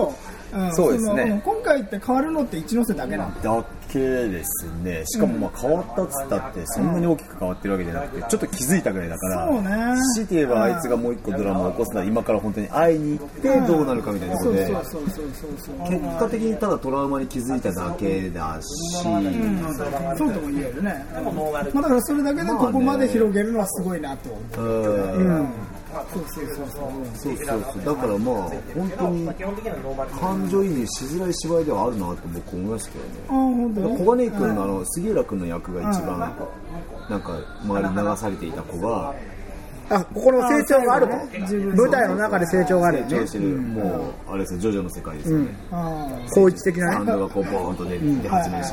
うん、 そうですね。 今回って変わるのって一ノ瀬だけなんだけですね。しかもまあ変わったっつったってそんなに大きく変わってるわけじゃなくて、ちょっと気づいたぐらいだから、 そうね。 強いて言えばあいつがもう一個ドラマを起こすなら今から本当に会いに行ってどうなるかみたいなことで、結果的にただトラウマに気づいただけだし、うん、 そうとも言えるね。まあ、だからそれだけでここまで広げるのはすごいなと思う。うん。そうそうそうそうそうそうそう。だからまあ本当に感情移入しづらい芝居ではあるなと僕思いますけどね。 あ本当に。 小金井君のあの杉浦君の役が一番なんか周りに流されていた子が。 あ、ここの成長があると。舞台の中で成長があるよね。 成長してる。もうあれですよ、ジョジョの世界ですよね。 高一的なね。 サンドがこうボーンと出て発明して。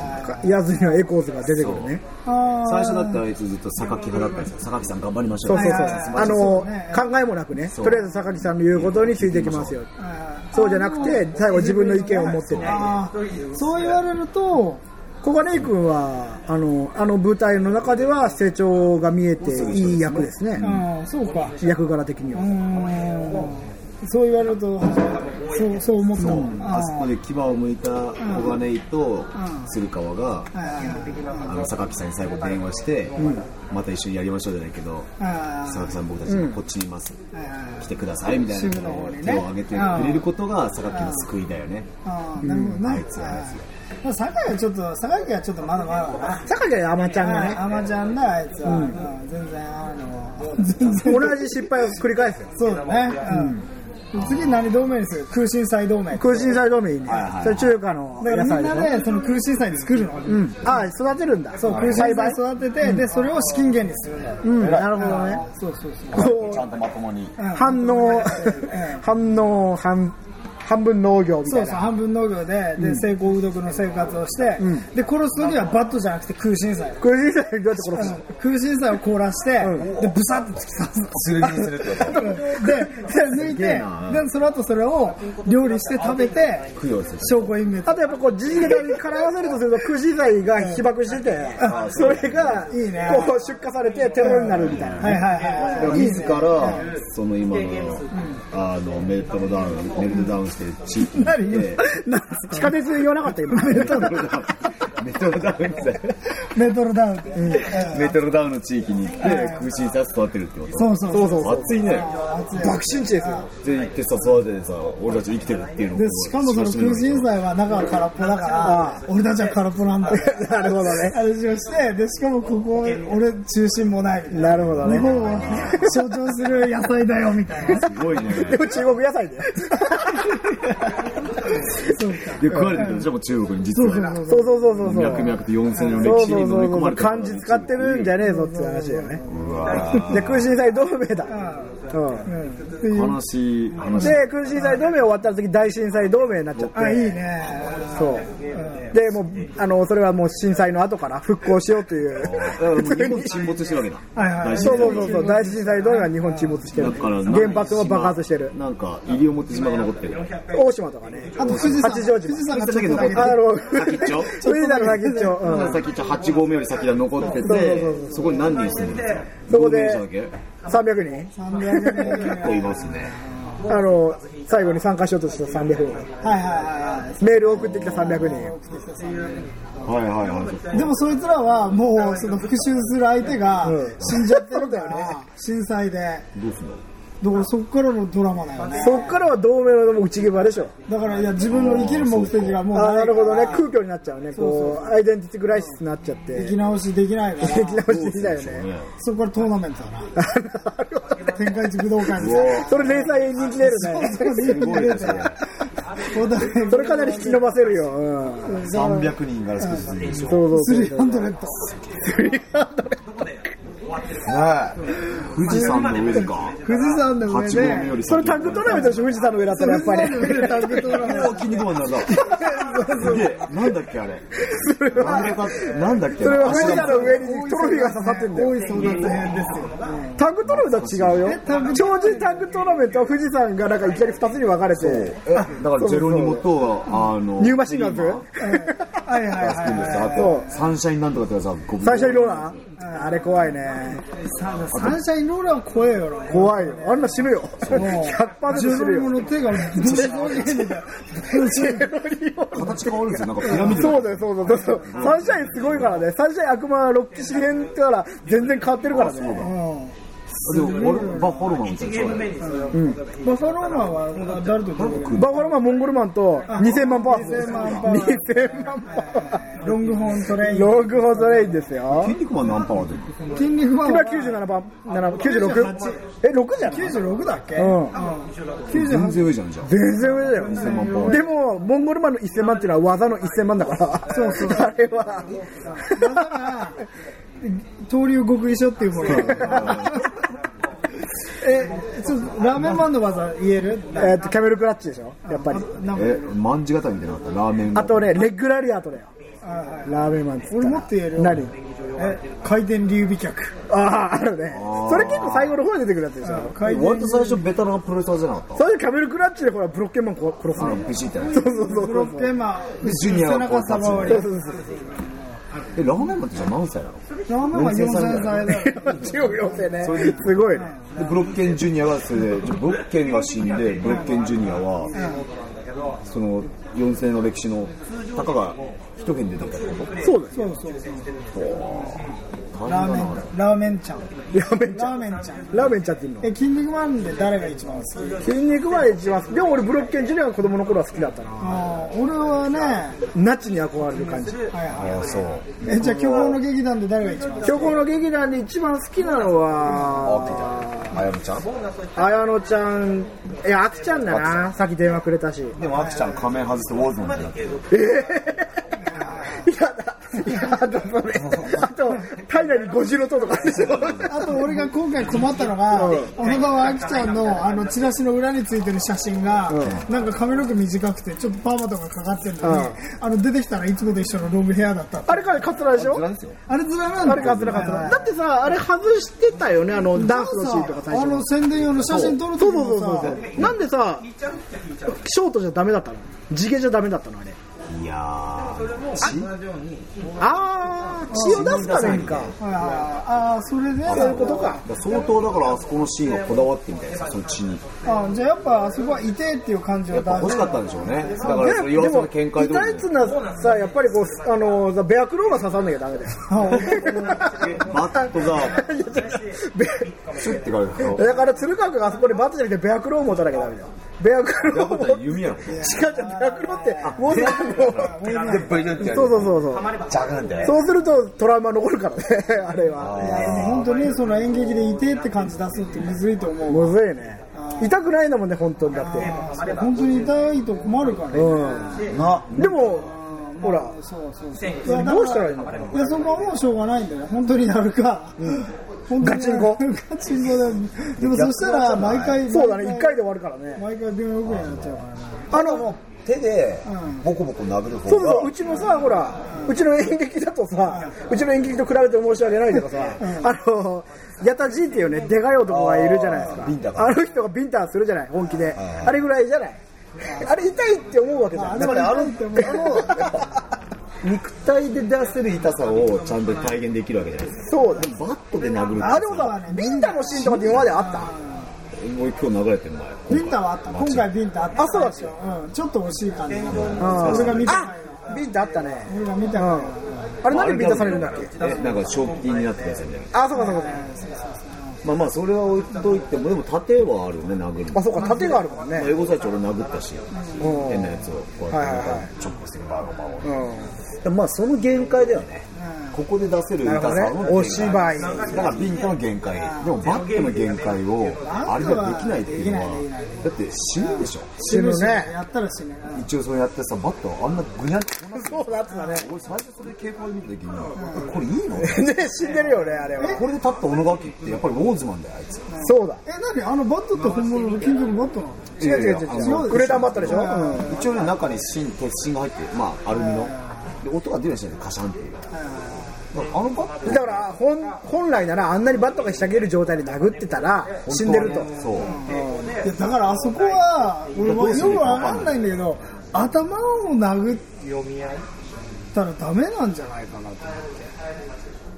やつにはエコーズが出てくるね。 最初だってあいつずっと榊派だったんですよ。榊さん頑張りましょう。 そうそうそう。あの考えもなくね。とりあえず榊さんの言うことについてきますよ。そうじゃなくて最後自分の意見を持ってる。 そう言われると。 小金井君はあのあの舞台の中では成長が見えていい役ですね。 うん、そうか。 役柄的には。 うんそう言われるとそうそう思った。うん、 あそこで牙を剥いた小金井と鶴川が、うん、あの榊さんに最後電話して、うん、また一緒にやりましょうじゃないけど、榊さん僕たちこっちにいます、うん、来てくださいみたいなことを手を挙げてくれることが榊の救いだよね。 あなるほどね。あいつはあいつ酒井はちょっと酒井はちょっとまだまだだな。 酒井はアマちゃんがね。 アマちゃんだあいつは、うん、全然あの全然同じ失敗を繰り返すよ。 そうだね。うん次何同盟にする？空心菜同盟。 空心菜同盟いいね。はいはい、それ中華の野菜で。だからみんなでその空心菜作るの。 うん。ああ育てるんだ。 そう空心菜育てて、うん、でそれを資金源にするんだよ。 うん。なるほどね。 そうそうそう。 ちゃんとまともに。 反応反応反半分農業みたいな。 そうそう半分農業で、で成功うどくの生活をして、うん、で殺す時はバットじゃなくて空心菜。 空心菜どうやって殺すの？ 空心菜を凍らして、うん、でブサッと突き刺す。 剣にするってこと。 で抜いて、でその後それを料理して食べて供養する。 証拠隠滅。 あとやっぱこう人間に絡ませるとすると空心菜が被爆してて、うん、それがいいね。こう出荷されてテロになるみたいな。 はいはいはい。 自らその今のあのメトロダウンメルトダウン地域に行って地下鉄言わなかった今メトロダウンメトロダウンメトロダウンメトロダウンの地域に行って空心菜育てるってこと。 そうそうそうそう熱いね。 爆心地ですよ。 で行ってさ育ててさ俺たち生きてるっていうのでしかもその空心菜は中は空っぽだから俺たちは空っぽなんだ。 なるほどね。 話をしてでしかもここ俺中心もない。 なるほどね。 日本を象徴する野菜だよみたいな。 すごいね。 でも中国野菜だよ。 そうか。 で食われてるでしょも中国に実は。 そうそうそうそうそう。 脈々とよんせんねんの歴史に飲み込まれてる。 漢字使ってるんじゃねえぞって話だよね。 うわ。 で空心菜同盟だ。 うん。悲しい話。 で空心菜同盟終わった時大震災同盟になっちゃって。 あいいね。 そう。でもうあのそれはもう震災の後から復興しようという。 日本沈没してるわけだ。 はいはい。 そうそうそうそう。大震災同盟は日本沈没してる。原発も爆発してる。 なんか西表島が残ってる。 大島とかね。 あと富士山。 八丈島。 富士山がちょっとだけ残ってる。 あの先っちょ。 富士山の先っちょ。 うん。先っちょはち合目より先が残ってて、そこに何人住んでるんですか。 そこでさんびゃくにん。 さんびゃくにん結構いますね。 あの最後に参加しようとしたさんびゃくにん。はいはいはい。 メールを送ってきたさんびゃくにん。 はいはいはい。 でもそいつらはもうその復讐する相手が死んじゃってるからね。震災で。 どうすんの？ だからそっからのドラマだよね。 そっからは同盟の内毛場でしょ。 だからいや自分の生きる目的がもうないから。 あなるほどね。空虚になっちゃうね。こうアイデンティティクライシスになっちゃって生き直しできないから生き直しできないよね。 そこからトーナメントだな。天下一武道会でそれ連載人気出るね。それかなり引き伸ばせるよ。 うん、さんびゃくにんから少しずつでしょ。 そうそうそう。 スリーハンドレッド。 スリーハンドレッド。 富士山の上でか。 富士山の上で。 それタッグトーナメントでしょ。富士山の上だったらやっぱり。 タッグトーナメント。 筋肉マンなんだ。すげえ。なんだっけあれ。なんだっけ。 それは富士山の上にトロフィーが刺さってんだよ。 大い争奪編ですよ。 タッグトーナメントは違うよ。超人タッグトーナメントは富士山がなんかいきなりふたつに分かれて。 だからゼロニモとあのニューマシンガンズ。 はいはいはい。 あとサンシャインなんとかってさ、 サンシャインローラー。 あれ怖いね。 サンシャインローラーは怖いよな。 怖いよ。あんな死ぬよ。ひゃくパーセント 死ぬよ。 ジェロニモの手がどういう形変わるんですよ。なんかピラミッド。 そうだよ、そうだそう。サンシャインすごいからね。サンシャイン悪魔ロッキー資源ってから全然変わってるからね。 でもバッファローマンみたいな。 うん。バッファローマンは誰とどこ？ バッファローマンモンゴルマンとにせんまんパワー。 にせんまんパワー。にせんまんパワー。ロングホーントレイン。 ロングホーントレインですよ。 筋肉マン何パワーで？ 筋肉マンはきゅうじゅうななばん、きゅうじゅうろく？え、ろくじゃん。 きゅうじゅうろくだっけ？ うん。 きゅうじゅうはち。 全然上じゃんじゃん。 全然上だよ。にせんまんパワー。でもモンゴルマンのせんまんっていうのは技のせんまんだから。 そうそう。 あれは。 だから登竜極意書っていうもの。え、ちょっとラーメンマンの技言える？ えっとキャメルクラッチでしょ。やっぱり。 え、まんじ型みたいなのあったラーメン。 あとねレッグラリアートだよ。ラーメンマン。 俺もっと言える。 何？ え、回転流美脚。 あああるね。それ結構最後の方に出てくるやつでしょ。 割と最初ベタなプロレスラーじゃなかった？ 最初キャメルクラッチでほらブロッケンマン殺すの。 ビシッてね。 そうそうそう。 ブロッケンマン。 ジュニアがこう背中触り。 そうそうそう。 え、ラーメンマンってじゃあ何歳なの？ ラーメンマンよんせんさいだよ。 中国よんせんね。すごいね。 でブロッケンジュニアがそれで、ブロッケンが死んで、ブロッケンジュニアは、そのよんせんの歴史のたかが一辺出てたってこと？ そうだよ。 そうそうそう。 ララーメン、ラーメンちゃん。 ラーメンちゃん。 ラーメンちゃん。 ラーメンちゃんって言うの？ え、筋肉マンで誰が一番好き？ 筋肉マン一番好き。でも俺ブロッケンジュニアが子供の頃は好きだったな。 あ俺はね、 ナチに憧れる感じ。 はいはい。 ああ、そう。 え、じゃあ強豪の劇団で誰が一番好き？ 強豪の劇団で一番好きなのは、 あやのちゃん？ 綾乃ちゃん、いや、あきちゃんだな。さっき電話くれたし。 でもあきちゃん仮面外してウォーズマンになってる。 えぇー、やだ。いやだ、それ。あと、体内にゴジロととかあるでしょ。 あと俺が今回困ったのが、小野川あきちゃんのあのチラシの裏についてる写真が、うん、なんか髪の毛短くてちょっとパーマとかかかってるのに、うん、あの出てきたらいつもと一緒のロングヘアだった。 あれからカツラでしょ？ あれズラなんだ。 あれカツラカツラ。だってさ、あれ外してたよね、あのダンスのシーンとか最初。 あの宣伝用の写真撮るときもさ、そうそうそうそう。なんでさ、ショートじゃダメだったの？地毛じゃダメだったのあれ。 いやー、 血あー、血を出すためにか。 ああ、それでそういうことか。 相当だからあそこのシーンはこだわってみたいです、その血に。 あじゃあやっぱあそこは痛いっていう感じは欲しかったんでしょうね。だからそれ言わせの見解通り。 痛いっつうのはさ、やっぱりこう、あの、ベアクローが刺さんなきゃダメだよ。 バットが、シュッてかれる。 だから鶴川君があそこでバットじゃなくてベアクローを持たなきゃダメだよ。ベアクローを。 弓やろ。 違う違う、ベアクローって、もうすぐそうそうそうそう。そうするとトラウマ残るからね、あれは。 いや本当にその演劇で痛いって感じ出すってむずいと思う。 むずいね。痛くないんだもんね、本当にだって。 本当に痛いと困るからね。 うん。な、でもほら、 そうそうそう。 いやどうしたらいいの？ いやそこはもうしょうがないんだよ。本当になるか。 ガチンコガチンコだ。でもそしたら毎回そうだね、一回で終わるからね。 毎回電話ぐらいになっちゃうからね。 あの手でボコボコ殴る方が、 そうそう、うちのさ、ほら、うちの演劇だとさ、うちの演劇と比べて申し訳ないけどさ、あのヤタジーっていうね、でかい男がいるじゃないですか。あの人がビンタするじゃない、本気で。あれぐらいじゃない。あれ痛いって思うわけじゃん。 だからあの肉体で出せる痛さをちゃんと体現できるわけじゃないですか。 そうだ。 バットで殴るってあでもさ、ビンタのシーンとかって今まであった？ もう今日流れてる前。 ビンタはあった。今回ビンタあった。 あ、そうだったよ。 うん、ちょっと惜しい感じ。 俺が見た。ビンタあったね。 俺が見た。 あれなんでビンタされるんだっけ？ え、なんか賞金になってくださいね。 あ、そうかそうか。 まあまあそれは置いといてもでも盾はあるよね、殴る。 あ、そうか、盾があるもんね。 エゴサイチ俺殴ったし、変なやつをこうやってチョップするバーのバーを。まあその限界だよね。ここで出せる痛さのお芝居。 だからビンタの限界。でもバットの限界をあれができないっていうのはだって死ぬでしょ。 死ぬね。 やったら死ぬ。 一応それやってさ、バットあんなグニャってそうだったね。 俺最初それ傾向で見た時にこれいいの？ ね、死んでるよね、あれは。 これで立った小野垣ってやっぱりウォーズマンだよ、あいつ。 そうだ。 え、何あのバットって本物の金属バットなの？ 違う違う違う。クレダンバットでしょ。 一応ね、中に芯、鉄芯が入ってる。まあアルミの。で音が出るんですよね、カシャンっていう。あのバットだから本本来ならあんなにバットがひしゃげる状態で殴ってたら死んでると。 そう。 いやだからあそこは俺はよくわかんないんだけど、頭を殴ったらダメなんじゃないかなと思って。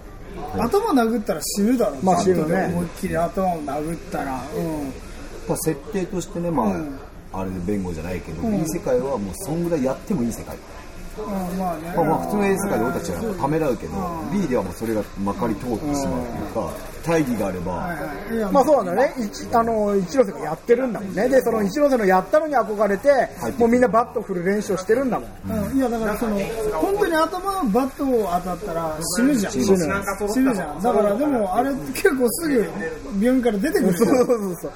頭殴ったら死ぬだろう、 まあ死ぬね、 思いっきり頭を殴ったら、うん、 まあ、設定としてね、まあ、うん、あれで弁護じゃないけど、うん、いい世界はもうそんぐらいやってもいい世界。 うん、まあね、 まあ、まあ普通の A 世界で俺たちはためらうけど、うん、B ではもうそれがまかり通ってしまうというか、大義があれば、はいはい、まあそうなんだね、あの一ノ瀬がやってるんだもんね。でその一ノ瀬のやったのに憧れて、もうみんなバット振る練習をしてるんだもん、 うん、いやだからその本当に頭のバットを当たったら死ぬじゃん、死ぬ死ぬじゃん。だからでもあれ結構すぐ病院から出てくるそうそうそうそう、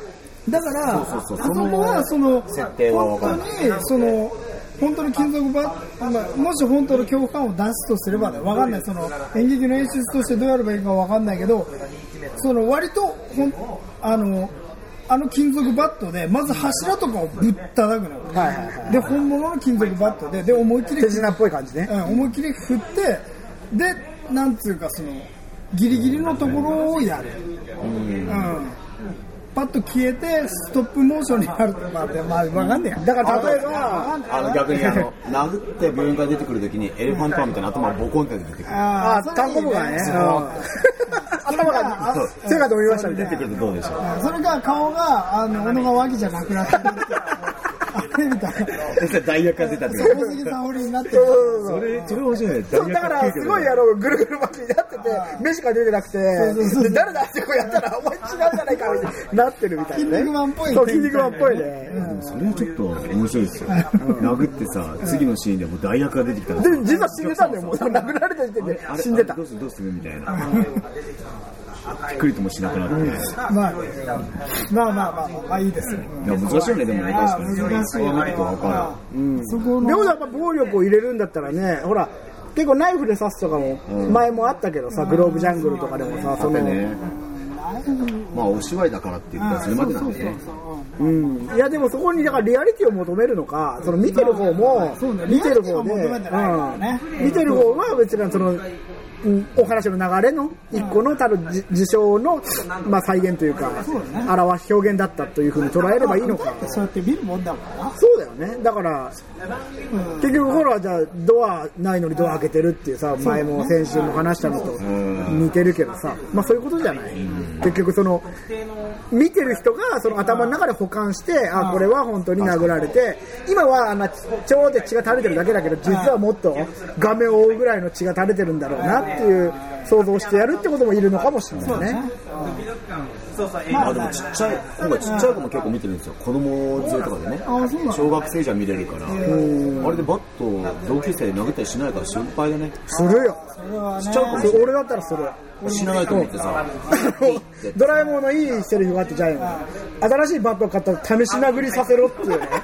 だからそうそうそう、あそこはその設定は分かる、 本当にその本当に金属バッ、まあ、もし本当の恐怖感を出すとすればね、分かんない、その演劇の演出としてどうやればいいか分かんないけど、その割とほんあのあの金属バットでまず柱とかをぶったたくのよ、はいはいはい、で本物の金属バットでで思いっきり手品っぽい感じね、 うん、思いっきり振ってでなんつうかそのギリギリのところをやる、うん、うんパッと消えてストップモーションになるとかってまあ分かんねえ。 だから例えばあの逆にあの殴って病院から出てくるときにエレファントマンみたいな頭がボコンって出てくる。 ああ単語部がね。頭が手が伸びましたみたいな。 出てくるとどうでしょう。 それが顔があの小野川脇じゃなくなってる。あれみたいな。 代役が出たって。 大関沙織になってる。 それそれ面白いね。 そうだからすごいあのぐるぐる巻きになってて目しか出てなくて、で誰だってこうやったらお前違うじゃないかみたいになってるみたいなね。 筋肉マンっぽい。 そう筋肉マンっぽいね。 それはちょっと面白いですよ。殴ってさ次のシーンでもう代役が出てきたら。 で実は死んでたんだよ。もう殴られた時点で死んでた。 どうするどうするみたいな。びっくりともしなくなって、うんまあ、まあまあまあまあいいですよ。 いや難しいよねでもね確かに難しいよね。 うん、そこのでもやっぱ暴力を入れるんだったらね、ほら結構ナイフで刺すとかも前もあったけどさ、うん、グローブジャングルとかでもさ、そのね、 まあお芝居だからって言ったらそれまでなんでね。 うん、いやでもそこにだからリアリティを求めるのか、その見てる方も見てる方で、うん、見てる方は別にそのお話の流れの一個のたる事象の、まあ、再現というか表し表現だったというふうに捉えればいいのか。 そうやって見るもんだからな。 そうだよね。だから、うん、結局ほらじゃあドアないのにドア開けてるっていうさ、前も先週も話したのと似てるけどさ、まあそういうことじゃない。結局その見てる人がその頭の中で保管して、あこれは本当に殴られて、今はあんなちょうで血が垂れてるだけだけど実はもっと画面を覆うぐらいの血が垂れてるんだろうなっていう想像してやるってこともいるのかもしれないね。 まあでもちっちゃい今ちっちゃい子も結構見てるんですよ。子供連れとかでね、小学生じゃ見れるから、あれでバット同級生で殴ったりしないから心配だね。 するよ。 ちっちゃい子も俺だったらする。 死なないと思ってさドラえもんのいいセリフがあってジャイアンが新しいバットを買ったら試し殴りさせろっていうね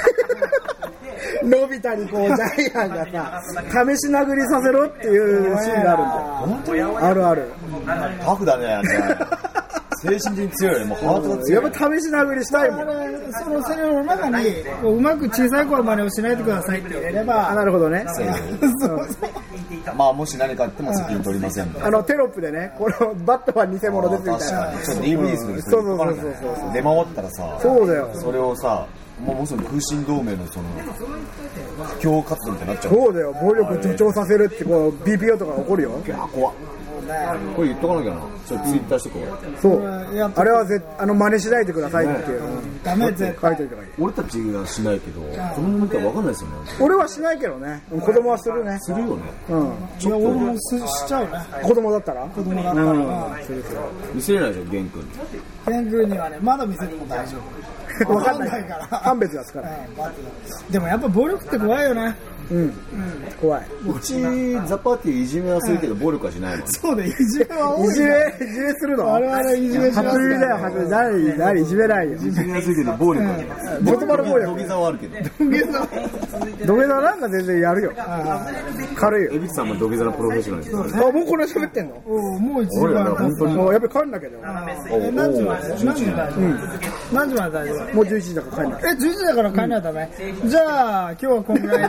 のび太にこうジャイアンがさ試し殴りさせろっていうシーンがあるんだよ。あるある。 タフだねあれ精神的に強いよね。もうハートが強い。 やっぱ試し殴りしたいもん。 そのセリフの中にうまく小さい頃真似をしないでくださいって言えれば。 あなるほどね。 まあもし何かあっても責任取りませんみたいな。 あのテロップでね、このバットは偽物ですみたいな。 確かに。ちょっと ディーブイディー する。 そうそうそうそう。 出回ったらさ。 そうだよ。 それをさ。もうもうその空心同盟のその布教活動みたいになっちゃう。 そうだよ。暴力助長させるってこう ビーピーオー とか起こるよ。 いや怖っ。これ言っとかなきゃな。ちょっとツイッターしてこう。 そう。あれはぜあの真似しないでくださいっていう。 ダメって書いておいたらいい。 俺たちはしないけど、子供見たら分かんないですよね。 俺はしないけどね。子供はするね。 するよね。 うん。いや俺もしちゃうね。 子供だったら？ 子供だったら。 見せれないでしょ玄君に。 玄君にはねまだ見せても大丈夫。 分かんないから判別がつかない。 でもやっぱ暴力って怖いよね。 うん、怖い。 うちザ・パーティーいじめはするけど暴力はしないもん。 そうだ、いじめは多い。 いじめ、いじめするの？ 我々いじめします。 初耳だよ、初耳。誰、誰いじめないよ。 いじめはするけど暴力はします。 言葉の暴力。 土下座はあるけど。 土下座。 土下座なんか全然やるよ。軽いよ。 江口さんも土下座のプロフェッショナルです。 あ、もうこれ喋ってんの？ もういちじかん本当に。 もうやっぱり帰んなきゃだよ。 何時まで？何時まで大丈夫？何時まで大丈夫？ もうじゅういちじだから帰んなきゃ。 え、じゅういちじだから帰んなきゃダメ。じゃあ今日はこんぐらいで。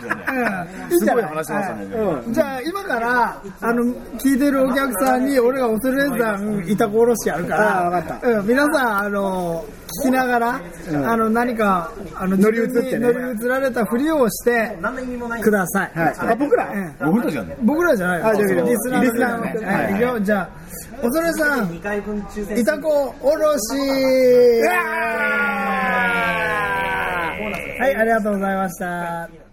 じゃね、うん、すごい話しましたね、 うん、じゃあ今からあの聞いてるお客さんに俺が恐山いたこおろしやるから、 あ、分かった、 うん、皆さんあの聞きながら、うん、あの何かあの乗り移ってね、 乗り移られたふりをしてください。 はい、あ、僕ら、 うん、 僕らじゃない、 僕らじゃない、 あ、じゃあリスナーの方ね、はい、はい、じゃあ恐れさんいたこおろし、はい、ありがとうございました。